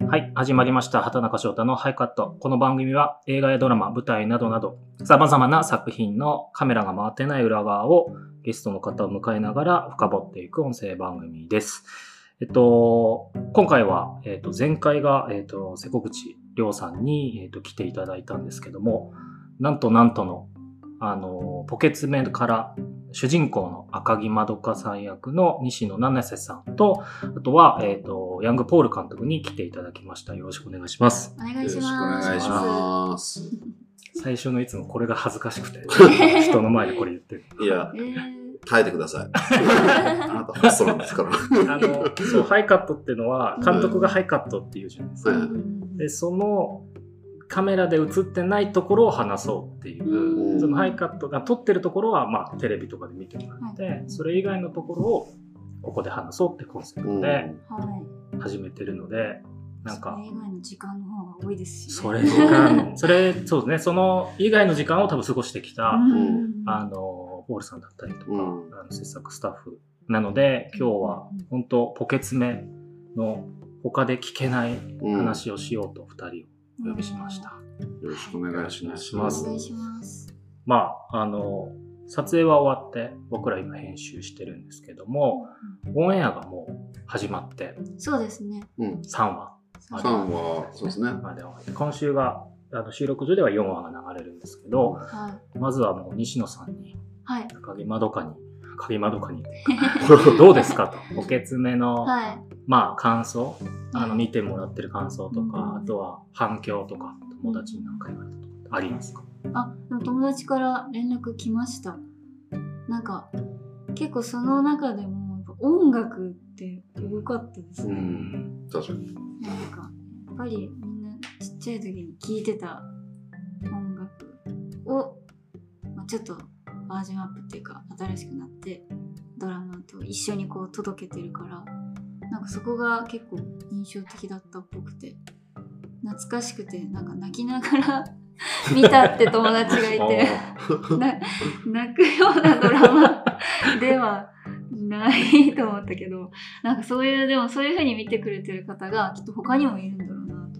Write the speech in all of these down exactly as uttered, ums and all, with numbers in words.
はい、始まりました。畑中翔太のハイカット。この番組は映画やドラマ、舞台などなど様々な作品のカメラが回ってない裏側をゲストの方を迎えながら深掘っていく音声番組です。えっと、今回は、えっと、前回が、えっと、瀬古口亮さんに、えっと、来ていただいたんですけども、なんとなんとの、あの、ポケツメから主人公の赤木まどかさん役の西野七瀬さんと、あとは、えっと、ヤングポール監督に来ていただきました。よろしくお願いします。 お願いします。 よろしくお願いします。 最初のいつもこれが恥ずかしくて、人の前でこれ言ってる。 いや、 えー耐えてください。あなたホストなんですから。 あの、そう、ハイカットっていうのは、監督がハイカットっていうじゃないですか。 うんで、そのカメラで映ってないところを話そうっていう、 うんそのハイカットが撮ってるところは、まあ、テレビとかで見てもらって、 はいそれ以外のところをここで話そうってコンセプトではい。 始めてるので、なんかそれ以外の時間の方が多いですし、ね。 それ時間、それ、そうですね、その以外の時間を多分過ごしてきた、 うんあの、ポールさんだったりとか、 うんあの制作スタッフなので、今日は本当ポケツメの他で聞けない話をしようとふたりをお呼びしました。 よろしくお願いします。 お願いしますお願いします。 まあ、あの、撮影は終わって僕ら今編集してるんですけども、オンエアがもう始まってそうですね。 うん。 さんわファンは、そうですね。 まで終わって、今週があの収録上ではよんわが流れるんですけど、 はい。 まずはもう西野さんにはい。 赤木まどかに赤木まどかにどうですかとポケツメの、 はい。 まあ感想あのはい見てもらってる感想とか、 うんあとは反響とか友達に何か言われたとかありますか？ あ、でも友達から連絡来ました。なんか、結構その中でも、やっぱ音楽って多かったですうね。 ん。確かに。 なんか、やっぱりみんなちっちゃい時に聴いてた音楽を、まあ、ちょっとバージョンアップっていうか新しくなってドラマと一緒にこう届けてるから、なんかそこが結構印象的だったっぽくて、懐かしくてなんか泣きながら見たって友達がいてな泣くようなドラマではないと思ったけど、なんかそういうでもそういう風に見てくれてる方がきっと他にもいるんだろうなと思って、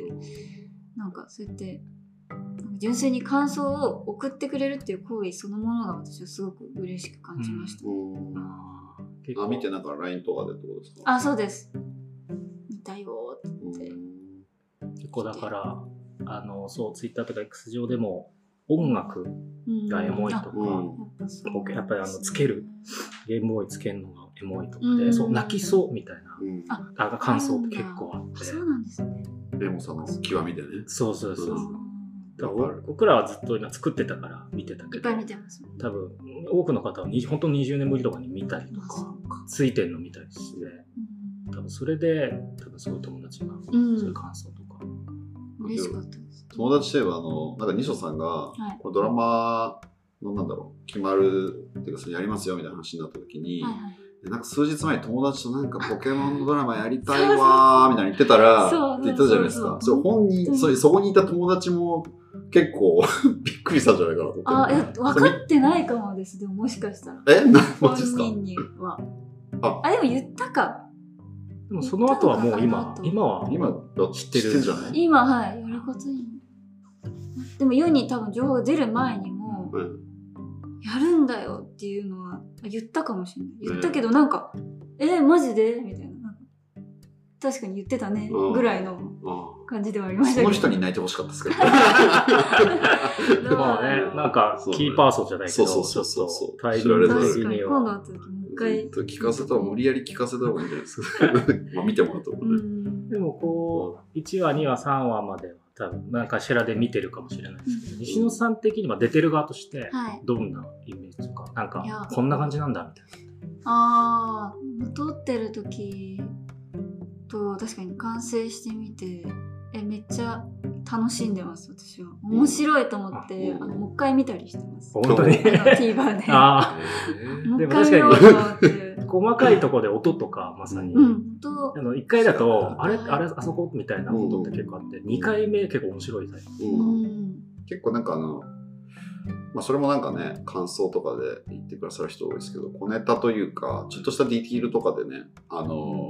なんかそうやってなんか純粋に感想を送ってくれるっていう行為そのものが私はすごく嬉しく感じました。 うん。 あー結あ、 構見てなんか ライン とかでってことですか？ あ、そうです。見たよって言って。 うん結構だからあのそうツイッターとか X 上でも音楽うんがエモいとか、 うんやっぱそう僕やっぱりあのつけるゲームボーイつけるのがエモいとかで、 うんそう泣きそうみたいなうん。 ああ感想って結構あっあ、 て、 そうなんですね。 レモンさんの極みでね。 そうそうそう、 うんだから僕らはずっと今作ってたから見てたけど、 いっぱい見てますもん。 多分多くの方はに本当ににじゅうねんぶりとかに見たりとあそかうかついてるの見たりして、 うん多分それで多分そういう友達がうんそういう感想とか、 嬉しかったです。 友達といえば、あの、なんか西野さんが、 はいこうドラマのなんだろう、決まるっていうか、それやりますよみたいな話になった時に、 はいはい。 なんか数日前に友達となんかポケモンのドラマやりたいわーみたいな言ってたら、 そうって言ったじゃないですか。 そうそうそう本人、そうそこにいた友達も結構びっくりしたんじゃないかなと思って。 あ、え、分かってないかもです。でももしかしたら。 えな本マジですか？ 人には。 ああ、でも言ったか。 でもその後はもう今言ったのかな今は今知ってる知ってんじゃない？ 今、はい、やることに。でも世に多分情報が出る前にも、 うん。 やるんだよっていうのは言ったかもしれない。言ったけどなんか、えー、マジでみたいな。なんか確かに言ってたね。 うんぐらいのあ感じではありましたけど。 その人に泣いてほしかったですけど。 まあね、なんかキーパーソンじゃないけど、 そうそうそうそうちょっとタイミング的確かにには。 今度会った時もう一回。 聞かせたら無理やり聞かせた方がいいんじゃないですか。まあ見てもらった方うがね。 ん。 でもこう、いちわ、にわ、さんわまでは多分何かしらで見てるかもしれないですけど、西野さん的には出てる側としてはい。 どんなイメージとか、なんかいやこんな感じなんだみたいあー、撮ってる時と確かに完成してみて、え、めっちゃ楽しんでます、私は。面白いと思って、 うんあのもう一回見たりしてます。 な。本当に。 あの TVer で。 あもうでも一回見ようと思って。 あ、細かいところで音とかまさに。 うん、とあのいっかいだと、 はいあれ、あれ、あそこみたいなことって結構あって、にかいめ結構面白いタイプ。 うんうん。 結構なんかあの、まあそれもなんかね、感想とかで言ってくださる人多いですけど、小ネタというか、ちょっとしたディティールとかでね、あのー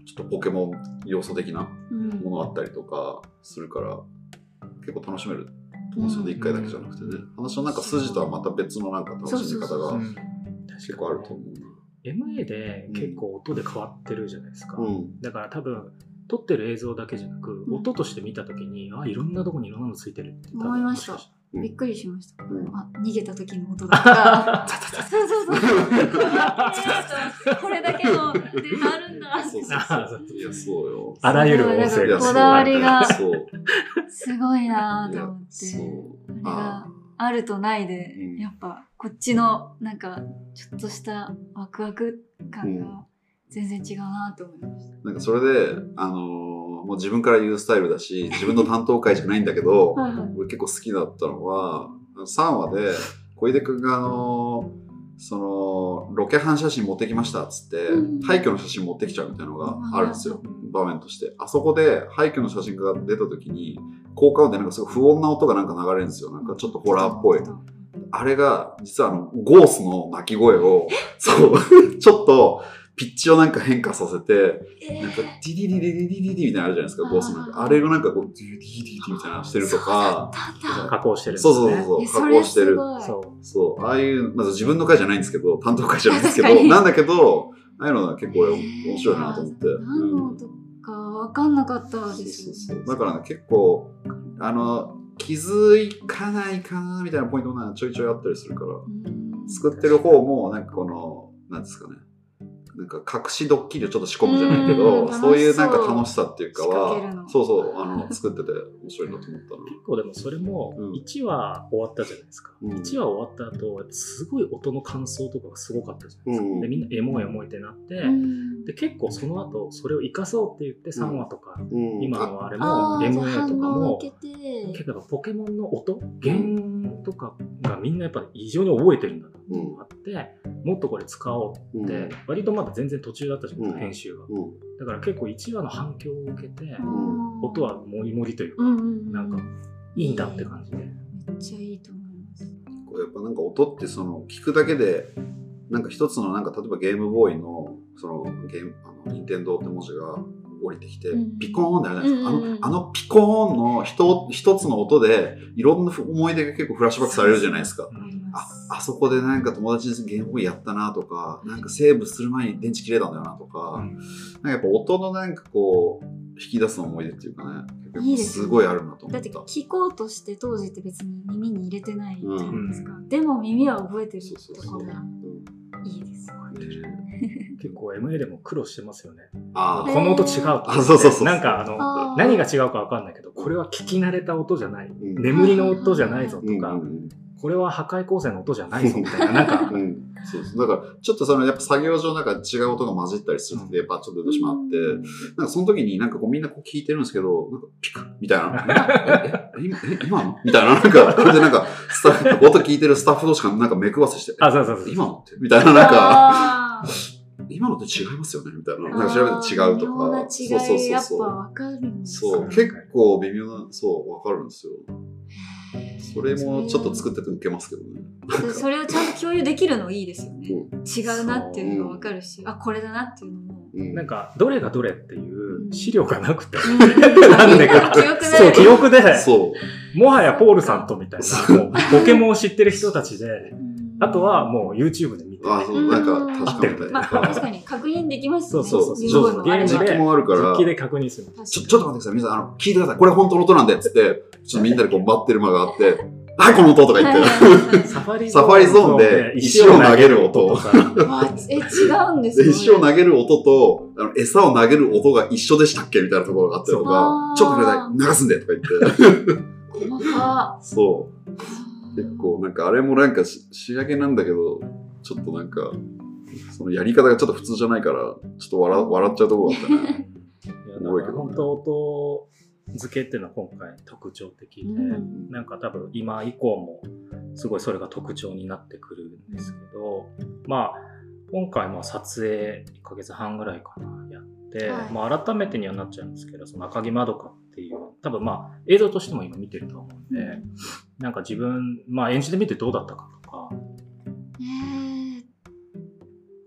ちょっとポケモン要素的なうんものあったりとかするから、結構楽しめると思うんですよね、いっかいだけじゃなくてね。話のなんか筋とはまた別のなんか楽しみ方がうん結構あると思うな。 エムエー で結構音で変わってるじゃないですか。 うん。 だから多分、撮ってる映像だけじゃなく、 うん音として見たときに、あ、いろんなとこにいろんなのついてるって多分思いましたもしからうんびっくりしました。 うんあ、逃げた時の音だとか。そうそうそう。これだけのでなるんだ。 そうそうそう。いや、そうよ。 あらゆる音声がいやこだわりがそう。 すごいなぁと思っそうて。あれがあるとないで、 うんやっぱこっちのなんかちょっとしたワクワク感が全然違うなと思いました。 なんかそれで、あのーもう自分から言うスタイルだし、自分の担当会じゃないんだけど、 はいはい俺結構好きだったのは、さんわで小出くんがあのーそのロケハン写真持ってきましたっつって、 うん廃墟の写真持ってきちゃうみたいなのがあるんですよ、場面として。あそこで廃墟の写真が出た時に効果音でなんかすごい不穏な音がなんか流れるんですよ。なんかちょっとホラーっぽい。あれが実はあのゴースの鳴き声をそうちょっとピッチをなんか変化させて、 えなんかディディディディディディディみたいなのあるじゃないですか、ゴースなんか。 あーあれがなんかこうディディディディみたいなのしてるとか、 たんだ。 加工してるんですそうね。 そうそうそう、加えそれ工してる。 すごい。 そう。 そう、ああいう、まず自分の回じゃないんですけど、担当回じゃないんですけど、 確かになんだけど、ああいうのは結構俺面白いなと思って。 何の音か分かんなかったそうですそうそう。だからね、結構、あの、気づかないかなみたいなポイントがちょいちょいあったりするから、 うん作ってる方も、なんかこの、なんですかね。なんか隠しドッキリをちょっと仕込むじゃないけうど、 んそういうなんか楽しそう楽しさっていうか仕掛けるは、 のそうそう、あの、作ってて面白いなと思ったな。 結構でもそれもうんいちわ終わったじゃないですか。 うんいちわ終わった後、すごい音の感想とかがすごかったじゃないですか。 うんで、みんなエモいエモいってなって、 うんで、結構その後、それを活かそうって言ってさんわとか、 うん今のあれあもーじゃエムエーあとかも、 反応を受けて結構やっぱポケモンの音、弦とかがみんなやっぱ異常に覚えてるんだなっていうのがあって、もっとこれ使おううんって、割とまだ全然途中だったじゃないですか、 うん編集が。 うんだから結構いちわの反響を受けて、 うん音はもりもりというか、 うんうんうんなんかいいんだって感じで。 めっちゃいいと思います。 こうやっぱなんか音ってその聞くだけでなんか一つのなんか例えばゲームボーイのそのゲームあの任天堂って文字が降りてきて、 うんピコーンってあるじゃないですか、 うんうんうんあのあのピコーンの一一つの音でいろんな思い出が結構フラッシュバックされるじゃないですか。 ありますあ、あそこでなんか友達にゲームボーイやったなとか、なんかセーブする前に電池切れたんだよなとか、 うんなんかやっぱ音のなんかこう引き出す思い出っていうかね、 いいですねすごいあるなと思だってった。 聞こうとして当時って別に耳に入れてないじゃないですか。でも耳は覚えてるそうそうそう。 とかもうんいいです。 ね結構 エムエー でも苦労してますよね。 あこの音違うとあそうそうそうなんかあのあー何が違うかわかんないけど、これは聞き慣れた音じゃない、 ん眠りの音じゃないぞとうんか、 うんこれは破壊光線の音じゃないぞみたいな、なんかうん、うん、そうそう。だから、ちょっとその、やっぱ作業上なんか違う音が混じったりするって、やっぱちょっとどうしてもあって、なんかその時になんかこうみんなこう聞いてるんですけど、なんかピクッみたいな。え、え、今え今のみたいな。なんか、これでなんか、スタッフ、音聞いてるスタッフ同士がなんか目配せして、 あ、そうそうそう。 今のってみたいな、なんか、 あー今のって違いますよねみたいな。なんか調べて違うとか。 微妙な違いやっぱ分かるんですそう、結構微妙な、そう、わかるんですよ。それもちょっと作ってて受けますけどね。 でそれをちゃんと共有できるのいいですよね。 う違うなっていうのが分かるし、あ、これだなっていうのも。 ん。 なんか、どれがどれっていう資料がなくて、 うんなんでか。 記憶ないそう、記憶で、 そう。 もはやポールさんとみたいな、もうポケモンを知ってる人たちで、 うんあとはもう YouTube で見て、 あ、そう、なんか確かに。 まあ確かに確認できますね。 そうそうそう自分のあればゲームで実機もあるから、 実機で確認する。 ちょ、ちょっと待ってください。皆さん、あの、聞いてください。これ本当の音なんで、つって、ちょっとみんなでこう待ってる間があって、はい、この音とか言って、 サファリサファリゾーンで石を投げる音とか。 あえ、違うんですでよ、ね。 石を投げる音と、あの、餌を投げる音が一緒でしたっけみたいなところがあったりとあかー、 ちょっとください。流すんで、とか言って。 細かそう。結構、なんかあれもなんかし仕上げなんだけど、ちょっとなんか、そのやり方がちょっと普通じゃないから、ちょっと笑笑っちゃうところだったね。 いやだから本当音付けっていうのは今回特徴的で、 うんなんか多分今以降もすごいそれが特徴になってくるんですけど、まあ今回も撮影いっかげつはんぐらいかなやって、 はいまあ改めてにはなっちゃうんですけど、その赤木まどかっていう多分まあ映像としても今見てると思うんで、なんか自分まあ演じてみてどうだったかとか。 えー、なんか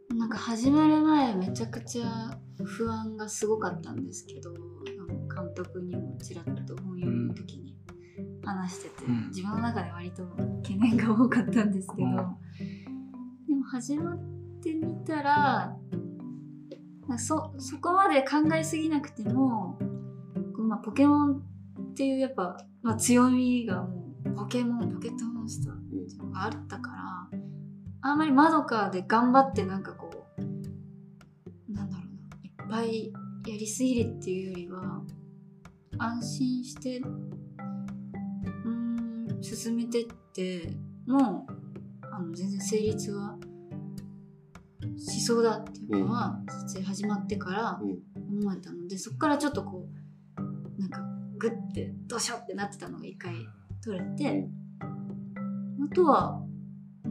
始まる前めちゃくちゃ不安がすごかったんですけど、監督にもちらっと本読む時に話してて、うん、自分の中で割と懸念が多かったんですけど、うん、でも始まってみたらそ, そこまで考えすぎなくても、まあ、ポケモンっていうやっぱ、まあ、強みがもうポケモンポケットモンスターっていうのがあったから、あんまりまどかで頑張ってなんかこうなんだろうないっぱいやりすぎるっていうよりは安心してうーん進めてってもあの全然成立はしそうだっていうのは、うん、撮影始まってから思えたので、そこからちょっとこうなんかグッてドシャってなってたのが一回取れて、あとは、うん、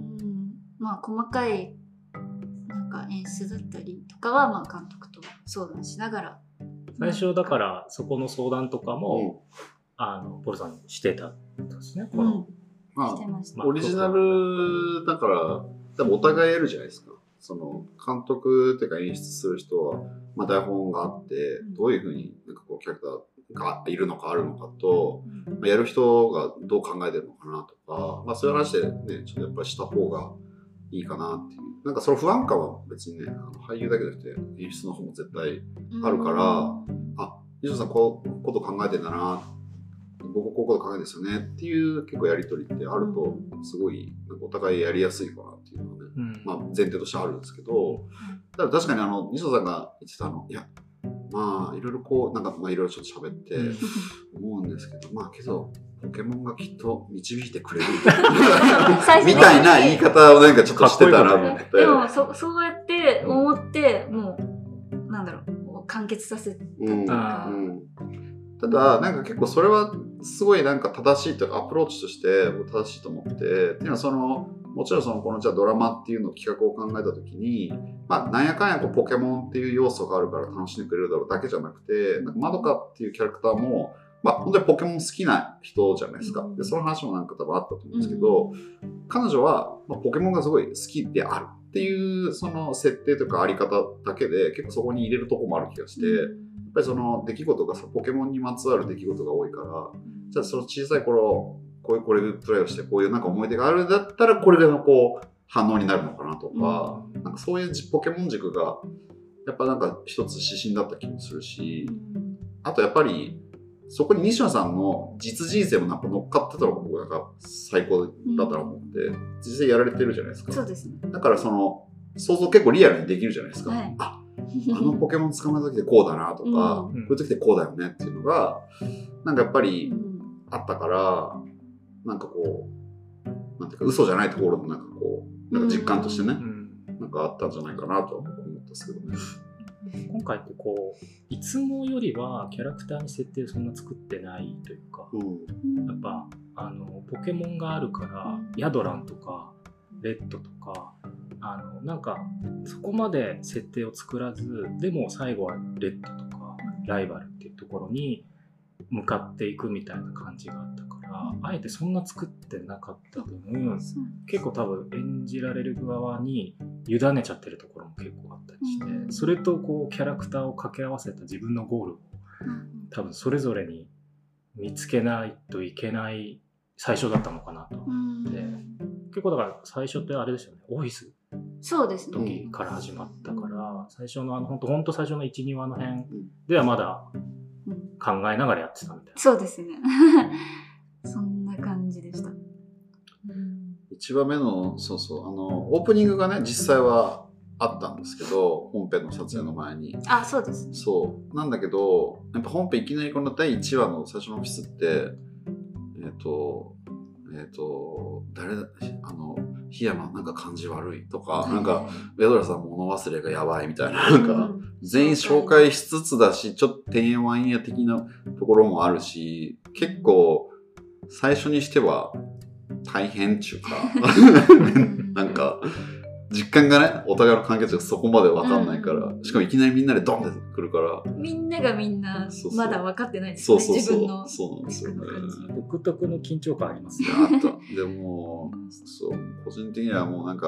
まあ細かいなんか演出だったりとかはまあ監督と相談しながら、 最初だからそこの相談とかも、うん、あのポルさんしてたんですね。この、 うんまあ、してました。 オリジナルだから多分お互いやるじゃないですか。その監督っていうか演出する人は、まあ、台本があってどういうふうになんかこうキャラクターがいるのかあるのかと、まあ、やる人がどう考えてるのかなとか、まあ、そういう話でねちょっとやっぱりした方がいいかなっていう、なんかその不安感は別にねあの俳優だけじゃなくて演出の方も絶対あるから、あ、西野さんこういうこと考えてんだな、僕こういうこと考えてるんですよねっていう結構やり取りってあるとすごいなんかお互いやりやすいかなっていうのはね、うん、まあ前提としてあるんですけど、だから確かにあの西野さんが言ってたの、いやまあいろいろこうなんかまあいろいろちょっと喋って思うんですけど、まあけどポケモンがきっと導いてくれるみたいなみたいな言い方をなんかちょっとしてたなと思って、 でも そ, そうやって思ってもうなんだろう完結させたっていうか、うんうん、 ただなんか結構それはすごいなんか正しいというかアプローチとして正しいと思ってて、っていうのはそのもちろんそのこのじゃあドラマっていうのを企画を考えた時に、まあなんやかんやこうポケモンっていう要素があるから楽しんでくれるだろうだけじゃなくて、なんかまどかっていうキャラクターもまあ本当にポケモン好きな人じゃないですか。でその話もなんか多分あったと思うんですけど、彼女はまあポケモンがすごい好きであるっていうその設定というかあり方だけで結構そこに入れるとこもある気がして、やっぱりその出来事がポケモンにまつわる出来事が多いから、じゃあその小さい頃こういうこれプレイをしてこういうなんか思い出があるんだったらこれがこう反応になるのかなとか、うん、なんかそういうポケモン軸がやっぱなんか一つ指針だった気もするし、あとやっぱりそこに西野さんの実人生もなんか乗っかってたのが僕なんか最高だったなと思って、うん、実際やられてるじゃないですか。 そうですね。 だからその想像結構リアルにできるじゃないですか。 はい、 あ、あのポケモン捕まえた時でこうだなとか、うん、こういう時でこうだよねっていうのがなんかやっぱりあったから、なんかこうなんていうか嘘じゃないところもなんかこうなんか実感としてね、うん、なんかあったんじゃないかなとは思ったんですけどね。 今回ってこういつもよりはキャラクターに設定そんな作ってないというか、うん、やっぱあのポケモンがあるからヤドランとかレッドとかあのなんかそこまで設定を作らず、でも最後はレッドとかライバルっていうところに向かっていくみたいな感じがあったから、あえてそんな作ってなかった分、結構多分演じられる側に委ねちゃってるところも結構あったりして、それとこうキャラクターを掛け合わせた自分のゴールを多分それぞれに見つけないといけない最初だったのかなと思って、結構だから最初ってあれですよね、オフィスそうですね時から始まったから、最初のあの本当本当最初のいち、にわの辺ではまだ考えながらやってたみたいな。 そうですねそんな感じでした。 いちわめのそうそうあのオープニングがね実際はあったんですけど、本編の撮影の前に。 あ、そうです、ね、 そうなんだけど、やっぱ本編いきなりこのだいいちわの最初のオフィスってえっ、ー、とえっ、ー、と誰だあの檜山なんか感じ悪いとか、はい、なんかベドラさん物忘れがやばいみたいな、なんか全員紹介しつつだし、ちょっとてんやわんや的なところもあるし、結構最初にしては大変っていうかなんか実感がね、お互いの関係値がそこまで分かんないから、しかもいきなりみんなでドンってくるから、 みんながみんなまだ分かってないですね。 そうそうそう、 自分のそうなんですよね。 独特の緊張感ありますね。 あった。でもそう個人的にはもうなんか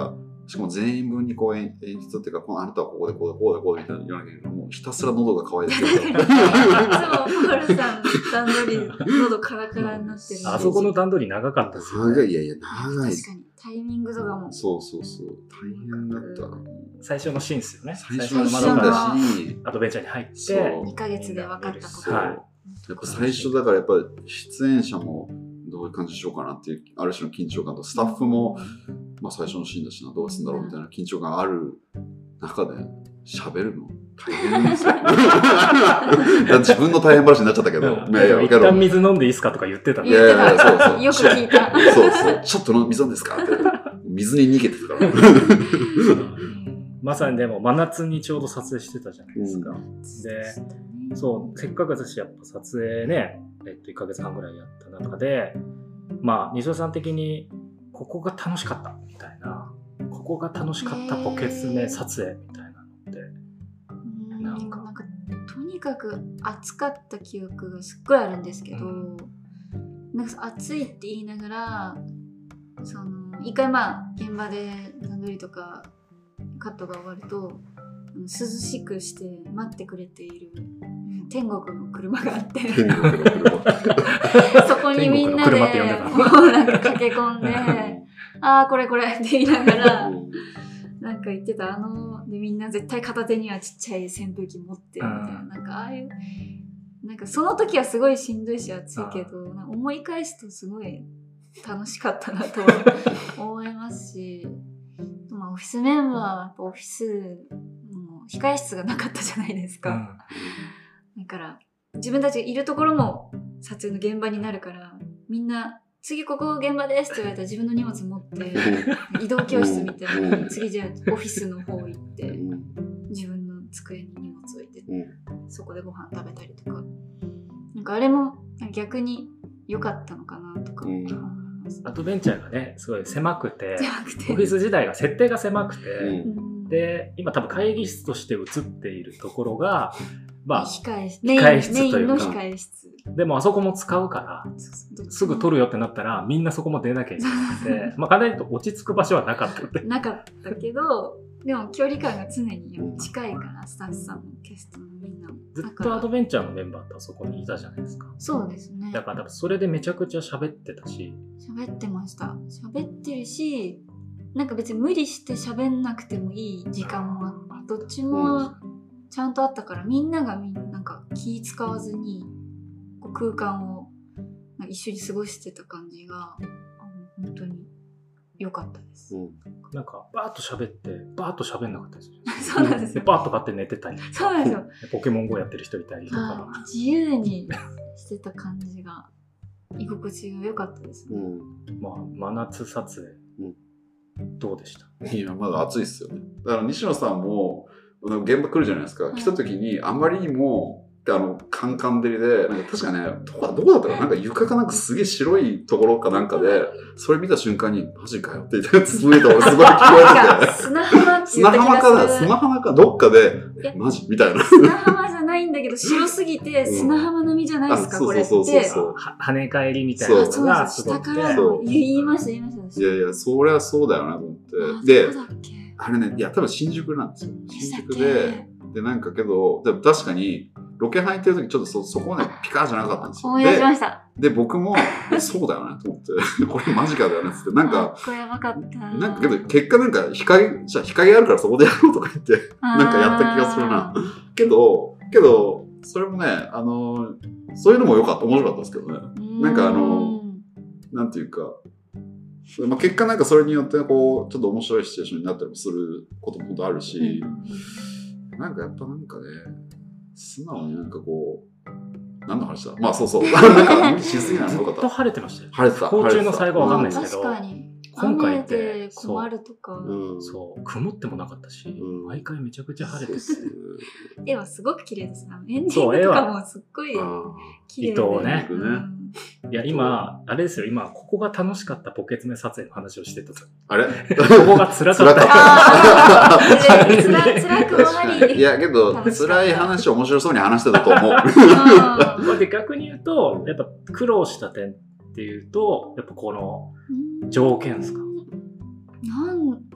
しかも全員分にこう演演出っていうか、このあなたはここでこうでこうでこうでみたいな言わなきゃいけない。もうひたすら喉が渇いてる。 いつもポールさん段取り喉カラカラになってる。 あそこの段取り長かったですよ長い、 ね。 いやいや、長い。 確かにタイミングとかも。 そうそうそう。大変だった。 最初のシーンですよね。 最初のシ最初のーンだ窓し、 アドベンチャーに入って、 そうにかげつで分かったこと。 はいやっぱ最初だからやっぱり出演者もどういう感じしようかなっていうある種の緊張感とスタッフも、まあ、最初のシーンだしなどうするんだろうみたいな緊張感ある中で喋るの大変ですよ。自分の大変話になっちゃったけど、 うんいやいや一旦水飲んでいいですかとか言ってたね。 いやいやいやそうそうよく聞いた。 そうそうちょっとの水なんですかって水に逃げてたからまさにでも真夏にちょうど撮影してたじゃないですか。で、そうせっかく私やっぱ撮影ね、えっといっかげつはんぐらいやった中で、まあ西尾さん的にここが楽しかったみたいな、ここが楽しかったポケツメ撮影みたいなのってうんななんんかかとにかく暑かった記憶がすっごいあるんですけど、 うんなんか暑いって言いながらその一回まあ現場で段取りとかカットが終わるとあの涼しくして待ってくれているうん天国の車があって天国の車そこにみんなで天国の車って呼んでたもうなんか駆け込んでああこれこれって言いながらうんなんか言ってたあのでみんな絶対片手にはちっちゃい扇風機持ってみたいな、 うんなんかああいうなんかその時はすごいしんどいし暑いけど、なんか思い返すとすごい楽しかったなと思いますし、まあオフィスメンバーはやっぱオフィスも控え室がなかったじゃないですか、だから自分たちがいるところも撮影の現場になるからみんな次ここ現場ですって言われたら自分の荷物持って移動教室みたいな次じゃあオフィスの方行って自分の机に荷物置いてそこでご飯食べたりとか、なんかあれも逆に良かったのかなとか思います。 アドベンチャーがねすごい狭くて、 狭くてオフィス自体が設定が狭くて、 うんで今多分会議室として映っているところが、まあ、 控え室控え室というかメインの控え室でもあそこも使うからすぐ撮るよってなったらみんなそこも出なきゃいけなくてまあ簡単に言うと落ち着く場所はなかったってなかったけどでも距離感が常に近いからスタッフさんもキャストもみんなもずっとアドベンチャーのメンバーってあそこにいたじゃないですか。 そうですね、 だから多分それでめちゃくちゃ喋ってたし、 喋ってました喋ってるしなんか別に無理して喋んなくてもいい時間もあってどっちもちゃんとあったからみんながみんななんか気使わずにこう空間をなんか一緒に過ごしてた感じがあの本当に良かったです、 うんなんかバーッと喋ってバーッと喋んなかったですよね。 そうなんですよバーッと買って寝てたり、 そうなんですよポケモン ゴー やってる人いたりとか、 はい自由にしてた感じが居心地が良かったですね、 うんまあ真夏撮影、どうでした？ いや、まだ暑いっすよね。だから西野さんも、現場来るじゃないですか。 はい来た時に、あまりにも、あの、カンカン照りで、なんか確かね、どこどこだったかななんか床がなんかすげえ白いところかなんかで、それ見た瞬間に、マジかよって言って、続いた俺すごい聞こえてて。 砂浜って言砂った気浜かながする砂浜かどっかで、 えマジみたいな。 砂浜じゃないんだけど白すぎてうん砂浜並みじゃないですか、 あこれってそうそうそうそうは跳ね返りみたいなのそうがです下すごくて、 からの言いました言いましたいやいや、そりゃそうだよなと思って。 あでそう、だっけあれね、いや、多分新宿なんですよ。新したっけ宿で、で、なんかけど、でも確かに、ロケ入ってる時ちょっとそ、そこまでピカーじゃなかったんですよ。 思い出しましたで、で僕も、えそうだよなと思って、これマジかだよなっつって、なんか、 これやばかったなんかけど、結果なんか、日陰、じゃあ日陰あるからそこでやろうとか言って、なんかやった気がするな。けど、けど、それもね、あの、そういうのも良かった、面白かったですけどね。なんかあのなんていうか、まあ、結果なんかそれによってこう、ちょっと面白いシチュエーションになったりもすることも本当あるし、なんかやっぱなんかね、素直になんかこう、何の話だまあそうそう。なんか無理しすぎないのよかった。 ずっと晴れてましたよ。 晴れてた。 不幸中の最後はわかんないですけど、 確かに今回って雨で困るとかうん。 そう曇ってもなかったし、 うん毎回めちゃくちゃ晴れてて、 絵はすごく綺麗ですね。エンディングそう絵はとかもすっごい綺麗で。 糸をねうんいや今あれですよ、今ここが楽しかったポケツメ撮影の話をしてた。こあれこが辛かった。 あーつら辛くもあり。 いや、けど、 楽しかった辛い話面白そうに話してたと思う。 うんで逆に言うとやっぱ苦労した点っていうとやっぱこのうん条件ですか。 なん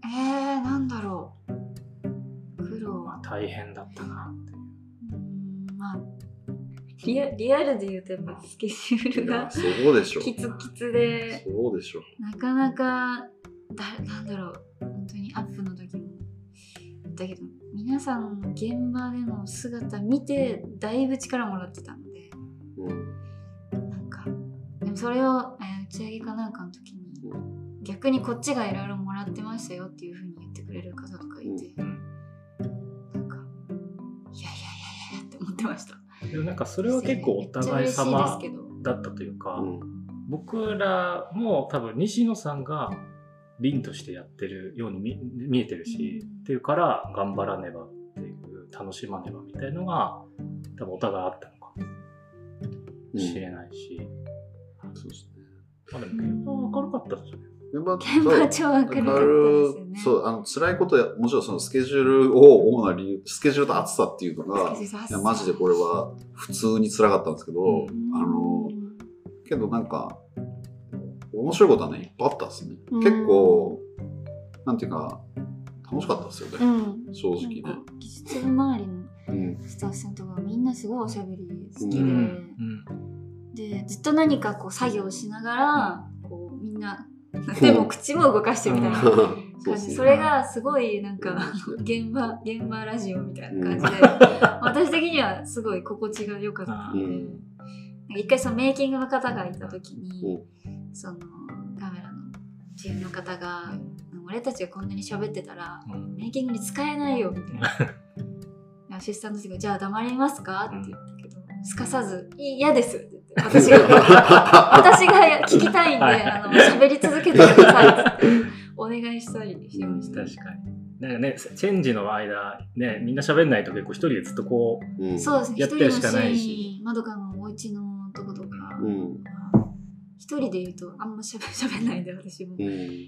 えー、なんだろう。苦労まあ、大変だったなっていう。 うーん、まあリア、リアルで言うとやっぱスケジュールがいやそうでしょ。 キツキツで、 そうでしょ。 なかなかだなんだろう、本当にアップの時もだけど、皆さんの現場での姿見てだいぶ力もらってたので、 うん。 なんかでもそれを、えー打ち上げかなんかの時に逆にこっちがいろいろもらってましたよっていう風に言ってくれる方とかいて、 うん、 なんかいやいやいやいやって思ってました。 でもなんかそれは結構お互い様だったというか、 うん、 僕らも多分西野さんが凛としてやってるように 見, 見えてるし、うん、っていうから頑張らねばっていう楽しまねばみたいのが多分お互いあったのかもしれないし、 うん、そうですね。 まあでも現場は明るかったですよね。 現場は超明るかったですよね。 そう、あの辛いことや、もちろんそのスケジュールを主な理由、スケジュールと暑さっていうのが、いやマジでこれは普通に辛かったんですけど、うん、あのけどなんか面白いことはねいっぱいあったですね。うん、結構なんていうか楽しかったですよね。うん、正直ね。 技術部周りのスタッフさんとかみんなすごいおしゃべり好きで、うんうん、でずっと何かこう作業しながらこうみんなでも口も動かしてみたいな感じ、それがすごいなんか現場現場ラジオみたいな感じで、私的にはすごい心地が良かったので、一回そのメイキングの方がいた時にそのカメラのチームの方が俺たちがこんなに喋ってたらメイキングに使えないよみたいな、アシスタントがじゃあ黙りますかって言ったけど、すかさず嫌ですって言って、私が私が聞きたいんで、はい、あの喋り続けてくださいってお願いしたりしてました。 確かになんかね、チェンジの間ね、みんな喋んないと結構一人でずっとこう、うん、そうですね、やってるしかないし、 まどかのお家のとことか、うん、一人で言うとあんま喋喋んないんで私も、うん、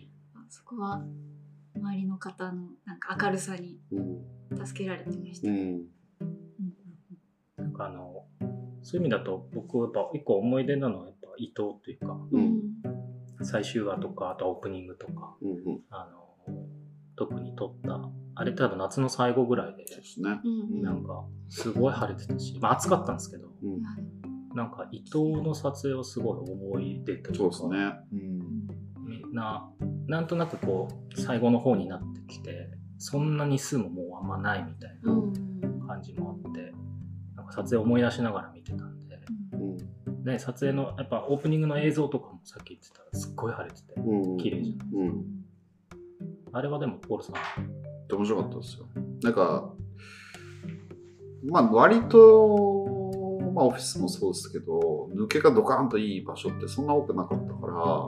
そこは周りの方のなんか明るさに助けられてました。うんうん、 なんかあのそういう意味だと僕はやっぱ一個思い出なのはやっぱ伊藤というか、うん、最終話とかあとオープニングとか、うんうん、あの特に撮ったあれ多分夏の最後ぐらいで、なんかすごい晴れてたし、まあ、暑かったんですけど、うん、なんか伊藤の撮影をすごい思い出たというか、そうですね、うん、みんななんとなくこう最後の方になってきてそんなに数ももうあんまないみたいな感じもあって、なんか撮影を思い出しながら見てたんで、うん、で撮影のやっぱオープニングの映像とかもさっき言ってたらすっごい晴れてて、うん、綺麗じゃないですか、うん、あれはでもポールさん面白かったですよ。なんかまあ割と、まあ、オフィスもそうですけど抜けがドカーンといい場所ってそんな多くなかったから、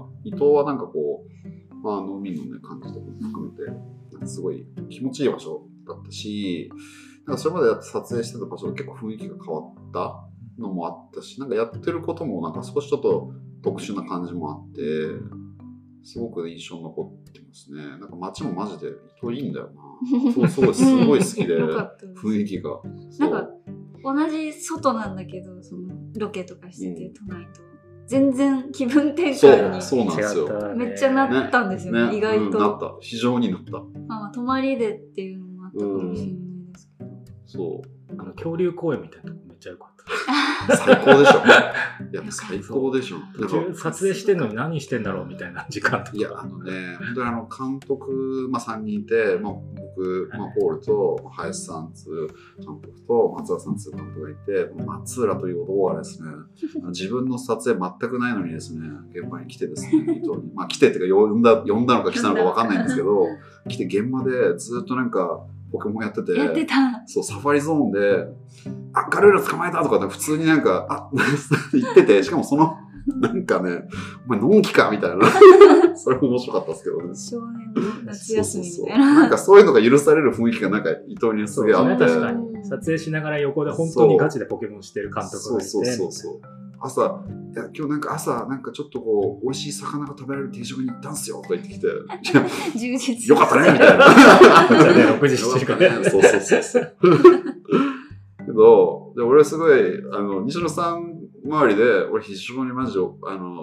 伊藤はなんかこう、まあ、飲みの、ね、感じとかも含めてなんかすごい気持ちいい場所だったし、なんかそれまでやって撮影してた場所が結構雰囲気が変わったのもあったし、なんかやってることもなんか少しちょっと特殊な感じもあってすごく印象に残ってますね。なんか街もマジで人いいんだよな。そうそうすごい好きで雰囲気がなんか同じ外なんだけどそのロケとかしてて、うん、都内と全然気分転換にそうそうなんですよ。 めっちゃなったんですよね、ね、意外と、うん、 なった非常になった。 まあ泊まりでっていうのもあったかもしれないですけど、うん、 そうあの恐竜公園みたいなとこめっちゃ良かった最高でしょ。やっぱ最高でしょ。 撮影してんのに何してんだろうみたいな時間とか。 いやあのね本当にあの監督、まあ、さんにんいて、まあ、僕、まあ、ポールと林さんつう監督と松浦さんつう監督がいて、松浦という男がですね自分の撮影全くないのにですね現場に来てですね伊藤に、まあ、来てっていうか呼んだ呼んだのか来たのか分かんないんですけど来て現場でずっとなんかポケモンやってて、 やってた。 そうサファリゾーンで、あガルーラ捕まえたとか普通になんかあ言ってて、しかもそのなんかね、お前のんきかみたいな、それも面白かったですけどね。 少年の夏休みみたいな。 そうそうそうなんかそういうのが許される雰囲気がなんか伊藤にすげえあって、 確かに撮影しながら横で本当にガチでポケモンしてる監督がいて、 そうそうそうそう。朝、いや今日なんか朝なんかちょっとこう美味しい魚が食べられる定食に行ったんすよとか言ってきて、 充実よかったねみたいな。 じゃあねろくじしちじかね。 そうそうそうそう。けどで俺すごいあの西野さん周りで俺非常にマジであの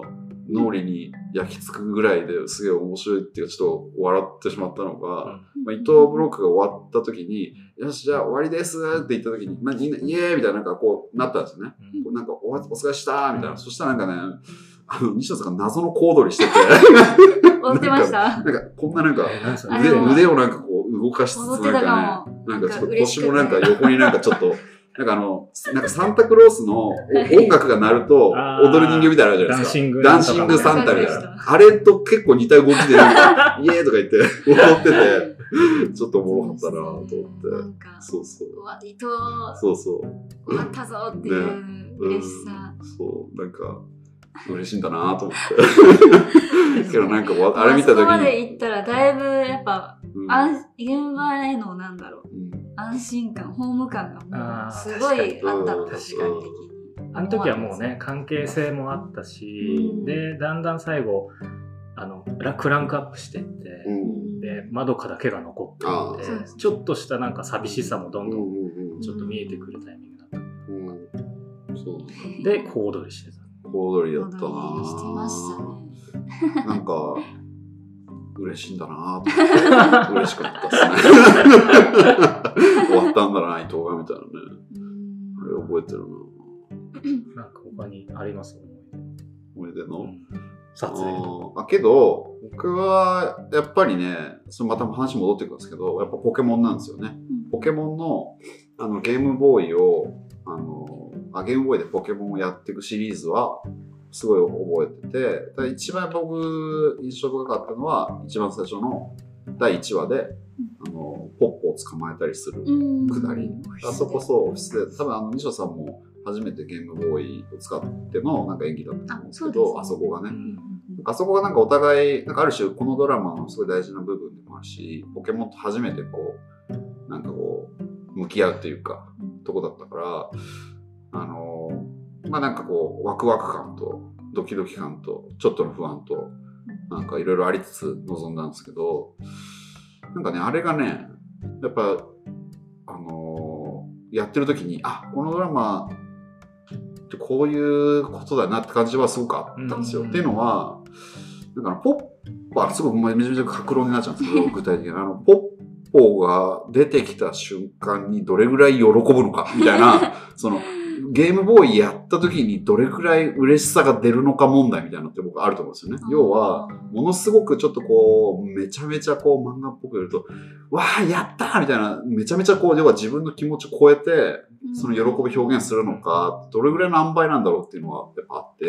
脳裏に焼き付くぐらいですげえ面白いっていうかちょっと笑ってしまったのが、 うんまあ、伊藤ブロックが終わった時によしじゃあ終わりですって言った時に、まあ、みんなイエーイみたいななんかこうなったんですよね、 うんこうなんかおお疲れしたみたいな、 うんそしたらなんかねあの西野さんが謎の小躍りしてて踊ってましたなんかこんななんかえ何それ腕あでも腕をなんかこう動かしつつ踊ってたなんかかもねなんかちょっと嬉しくて腰もなんか横になんかちょっとなんかあの、なんかサンタクロースの音楽が鳴るとあー踊る人形みたいなのあるじゃないですか。 ダンシングダンシングサンタみたいそうそうな。あれと結構似た動きでなんか、イエーイとか言って踊ってて、ちょっとおもろかったなと思って。 なんかそうそう。 終わりとそうそう。 終わったぞっていう嬉しさ、 うんそう、なんか、嬉しいんだなと思って。けどなんかわ、あれ見た時あそこまでに。 行ったらだいぶやっぱ、 うん安現場へのなんだろううん安心感ホーム感がもあーうすごいあったの確かに時間的にあの時はもうね関係性もあったし、 うんでだんだん最後あのラクランクアップしてって、 うんでまどかだけが残ってあいーてちょっとしたなんか寂しさもどんどんうんうんうんちょっと見えてくるタイミングだった、 うんそうで小躍りしてた小躍りだったな踊りしてましたねなんか嬉しいんだなと思って嬉しかったですね終わったんだな伊藤がみたいなねあれ覚えてるななんか他にあります思い出の、 うん撮影とああけど僕はやっぱりねそのまた話戻ってくるんですけどやっぱポケモンなんですよねポケモンのあのゲームボーイをあのあゲームボーイでポケモンをやっていくシリーズはすごい覚えてて、ただ一番僕印象深かったのは一番最初のだいいちわで、あのポッポを捕まえたりするくだり、あそこそうオフィスで多分あの西野さんも初めてゲームボーイを使ってのなんか演技だったと思うんですけど、あそこがね、あそこがなんかお互いなんかある種このドラマのすごい大事な部分でもあるし、ポケモンと初めてこうなんかこう向き合うというかとこだったから、あのまあなんかこうワクワク感とドキドキ感とちょっとの不安となんかいろいろありつつ臨んだんですけど、なんかねあれがねやっぱあのー、やってる時にあこのドラマってこういうことだなって感じはすごくあったんですよ。 うんっていうのはなんかポッポはすごくめちゃめちゃ格論になっちゃうんですけど具体的にあのポッポが出てきた瞬間にどれぐらい喜ぶのかみたいなそのゲームボーイやった時にどれくらい嬉しさが出るのか問題みたいなのって僕あると思うんですよね。要は、ものすごくちょっとこう、めちゃめちゃこう漫画っぽく言うと、わーやったーみたいな、めちゃめちゃこう、要は自分の気持ちを超えて、その喜び表現するのか、どれぐらいの塩梅なんだろうっていうのはやっぱあって、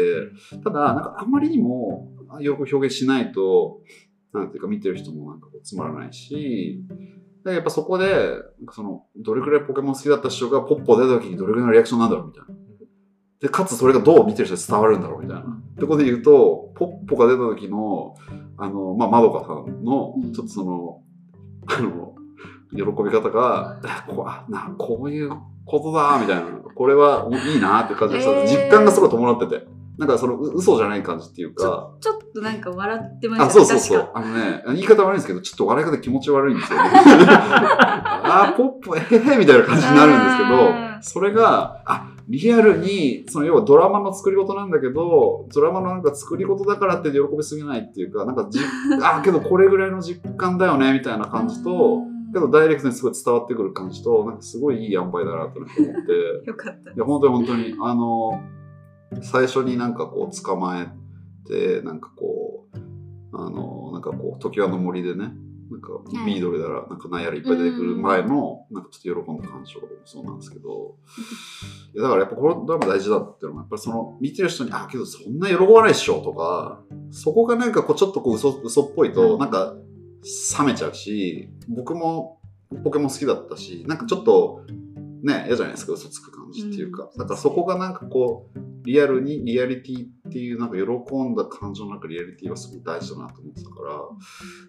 ただ、なんかあんまりにも喜び表現しないと、なんていうか見てる人もなんかこうつまらないし、でやっぱそこで、その、どれくらいポケモン好きだった人がポッポ出た時にどれくらいのリアクションなんだろうみたいな。で、かつそれがどう見てる人に伝わるんだろうみたいな。ってことで言うと、ポッポが出た時の、あの、まあ、まどかさんの、ちょっとその、あの、喜び方が、こうあなこういうことだ、みたいな。これはいいなって感じでした。 えー実感がすごい伴ってて。なんかその、う嘘じゃない感じっていうか。 ちょっとなんか笑ってましたあ、 ね。 そうそうそう確か。 あのね、言い方悪いんですけど、ちょっと笑い方気持ち悪いんですよね。あー、ポッポ、えへへみたいな感じになるんですけあーど、それが、あ、リアルに、その要はドラマの作り事なんだけど、ドラマのなんか作り事だからって喜びすぎないっていうか、なんかじ、あ、けどこれぐらいの実感だよね、みたいな感じと、けどダイレクトにすごい伝わってくる感じと、なんかすごいいい塩梅だなと思って。 よかった。 いや、本当に本当に、あの、最初になんかこう捕まえて、なんかこう、あの、なんかこう、常盤の森でね、なんかビードルだら、なんかなんやらいっぱい出てくる前の、なんかちょっと喜んだ感情もそうなんですけど、いやだからやっぱこのドラマ大事だっていうのも、やっぱりその、見てる人に、あ、けどそんな喜ばないっしょとか、そこがなんかこう、ちょっとこう嘘、嘘っぽいと、なんか冷めちゃうし、僕もポケモン好きだったし、なんかちょっと、ね、嫌じゃないですか、嘘つく感じっていうか。だからそこがなんかこう、リアルにリアリティっていうなんか喜んだ感情の中リアリティはすごく大事だなと思ってたから、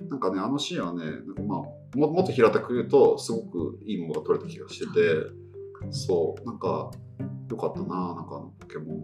なんかね、あのシーンはね、なんかまあ、も, もっと平たく言うと、すごくいいものが取れた気がしてて、そう、なんか、よかったな、なんかあのポケモン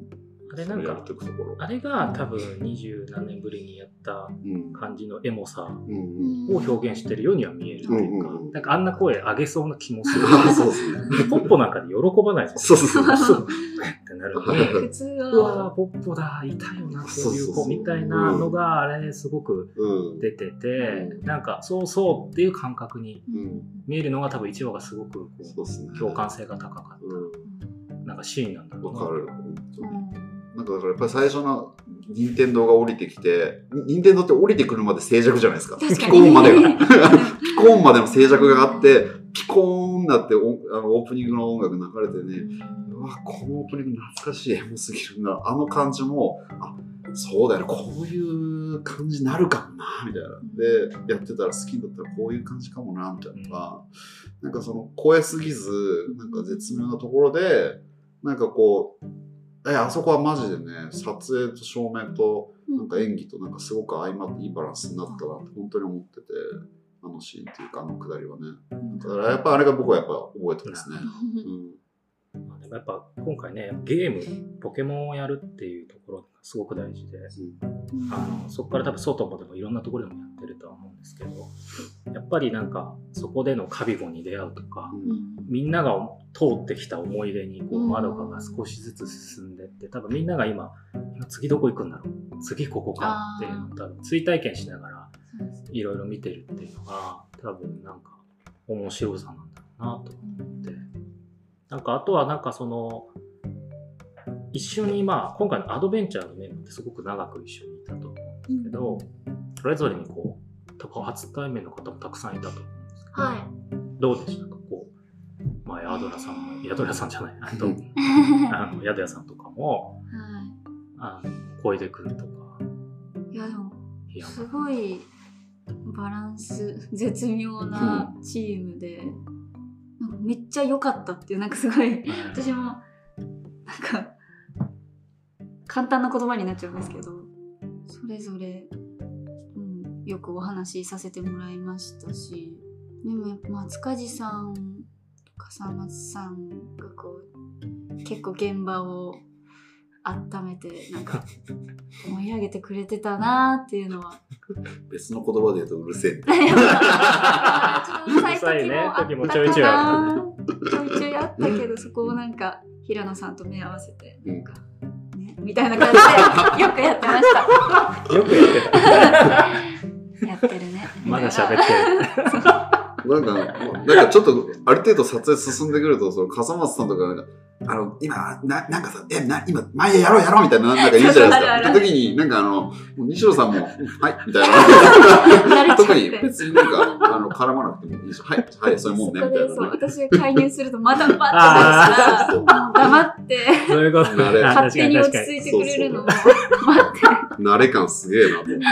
あれなんかやっていくところ。 あれが多分二十何年ぶりにやった感じのエモさうんを表現してるようには見えるというか、 うんうん、 なんかあんな声上げそうな気もする。 そうですね。 ポッポなんかで喜ばないですそうそうそう。 ってなるのに、 普通はうわーポッポだ、いたよな、そういう子みたいなのがあれすごく出てて、うん、なんかそうそうっていう感覚に見えるのが多分いちわがすごくこう、ね、共感性が高かった、うん、なんかシーンなんだろうな。 わかる。なんかだからやっぱり最初の任天堂が降りてきて、任天堂って降りてくるまで静寂じゃないですか。ピコーンまでが。ピコーンまでの静寂があって、ピコーンだっておあのオープニングの音楽流れてね、うわ、このオープニング懐かしい、エモすぎるな。あの感じも、あ、そうだよね、こういう感じになるかもな、みたいな。で、やってたら好きだったらこういう感じかもな、みたいなのが、なんかその超えすぎず、なんか絶妙なところで、なんかこう、え、あそこはマジでね、撮影と照明となんか演技となんかすごく相まっていいバランスになったなって本当に思ってて、あのシーンっていうかあのくだりはね。だからやっぱあれが僕はやっぱ覚えてますね。 うん、でもやっぱ今回ね、ゲーム、ポケモンをやるっていうところがすごく大事で、うん、あのそこから多分外もでもいろんなところでもやってるとは思うんですけど、やっぱりなんかそこでのカビゴに出会うとか、うん、みんなが通ってきた思い出にこうまどかが少しずつ進んでって、多分みんなが今、今次どこ行くんだろう、次ここかっていうのを多分追体験しながらいろいろ見てるっていうのが多分なんか面白さなんだろうなと思って、なんかあとはなんかその一緒にまあ今回のアドベンチャーのメンバーってすごく長く一緒にいたと思うんですけど、それぞれにこう多分初対面の方もたくさんいたと思うんですけど、はい、どうでしたか？こう、まあ、ヤドラさんも、ヤドラさんじゃない、あと、あの、ヤドヤさんとかも、はい、あの、声で来るとか。 いや、でも、すごいバランス、絶妙なチームで、うん、なんかめっちゃ良かったっていう、なんかすごい、私も、なんか、簡単な言葉になっちゃうんですけど、それぞれ、うん、よくお話しさせてもらいましたし、でもやっぱ松梶さん笠松さんがこう結構現場を温めてなんか盛り上げてくれてたなっていうのは別の言葉で言うとうるせえみたいなうるさい時もあったかな、ちょいちょいあったけど、そこをなんか平野さんと目合わせてなんか、ね、みたいな感じでよくやってましたよくやってたやってるねまだ喋ってるなんか、なんかちょっと、ある程度撮影進んでくると、その、笠松さんとか、なんか、あの、今、な、なんかさ、え、な、今、前やろうやろうみたいな、なんか言うじゃないですか。って時に、なんかあの、西野さんも、はい、みたいな。特に、別になんか、あの、絡まなくてもいいし、はい、はい、そういうもんね、みたいな。 そう、私が介入すると、またバッて出したら、黙って、 そういうこと。 勝手に落ち着いてくれるのを、待って。 慣れ感すげえなと思って。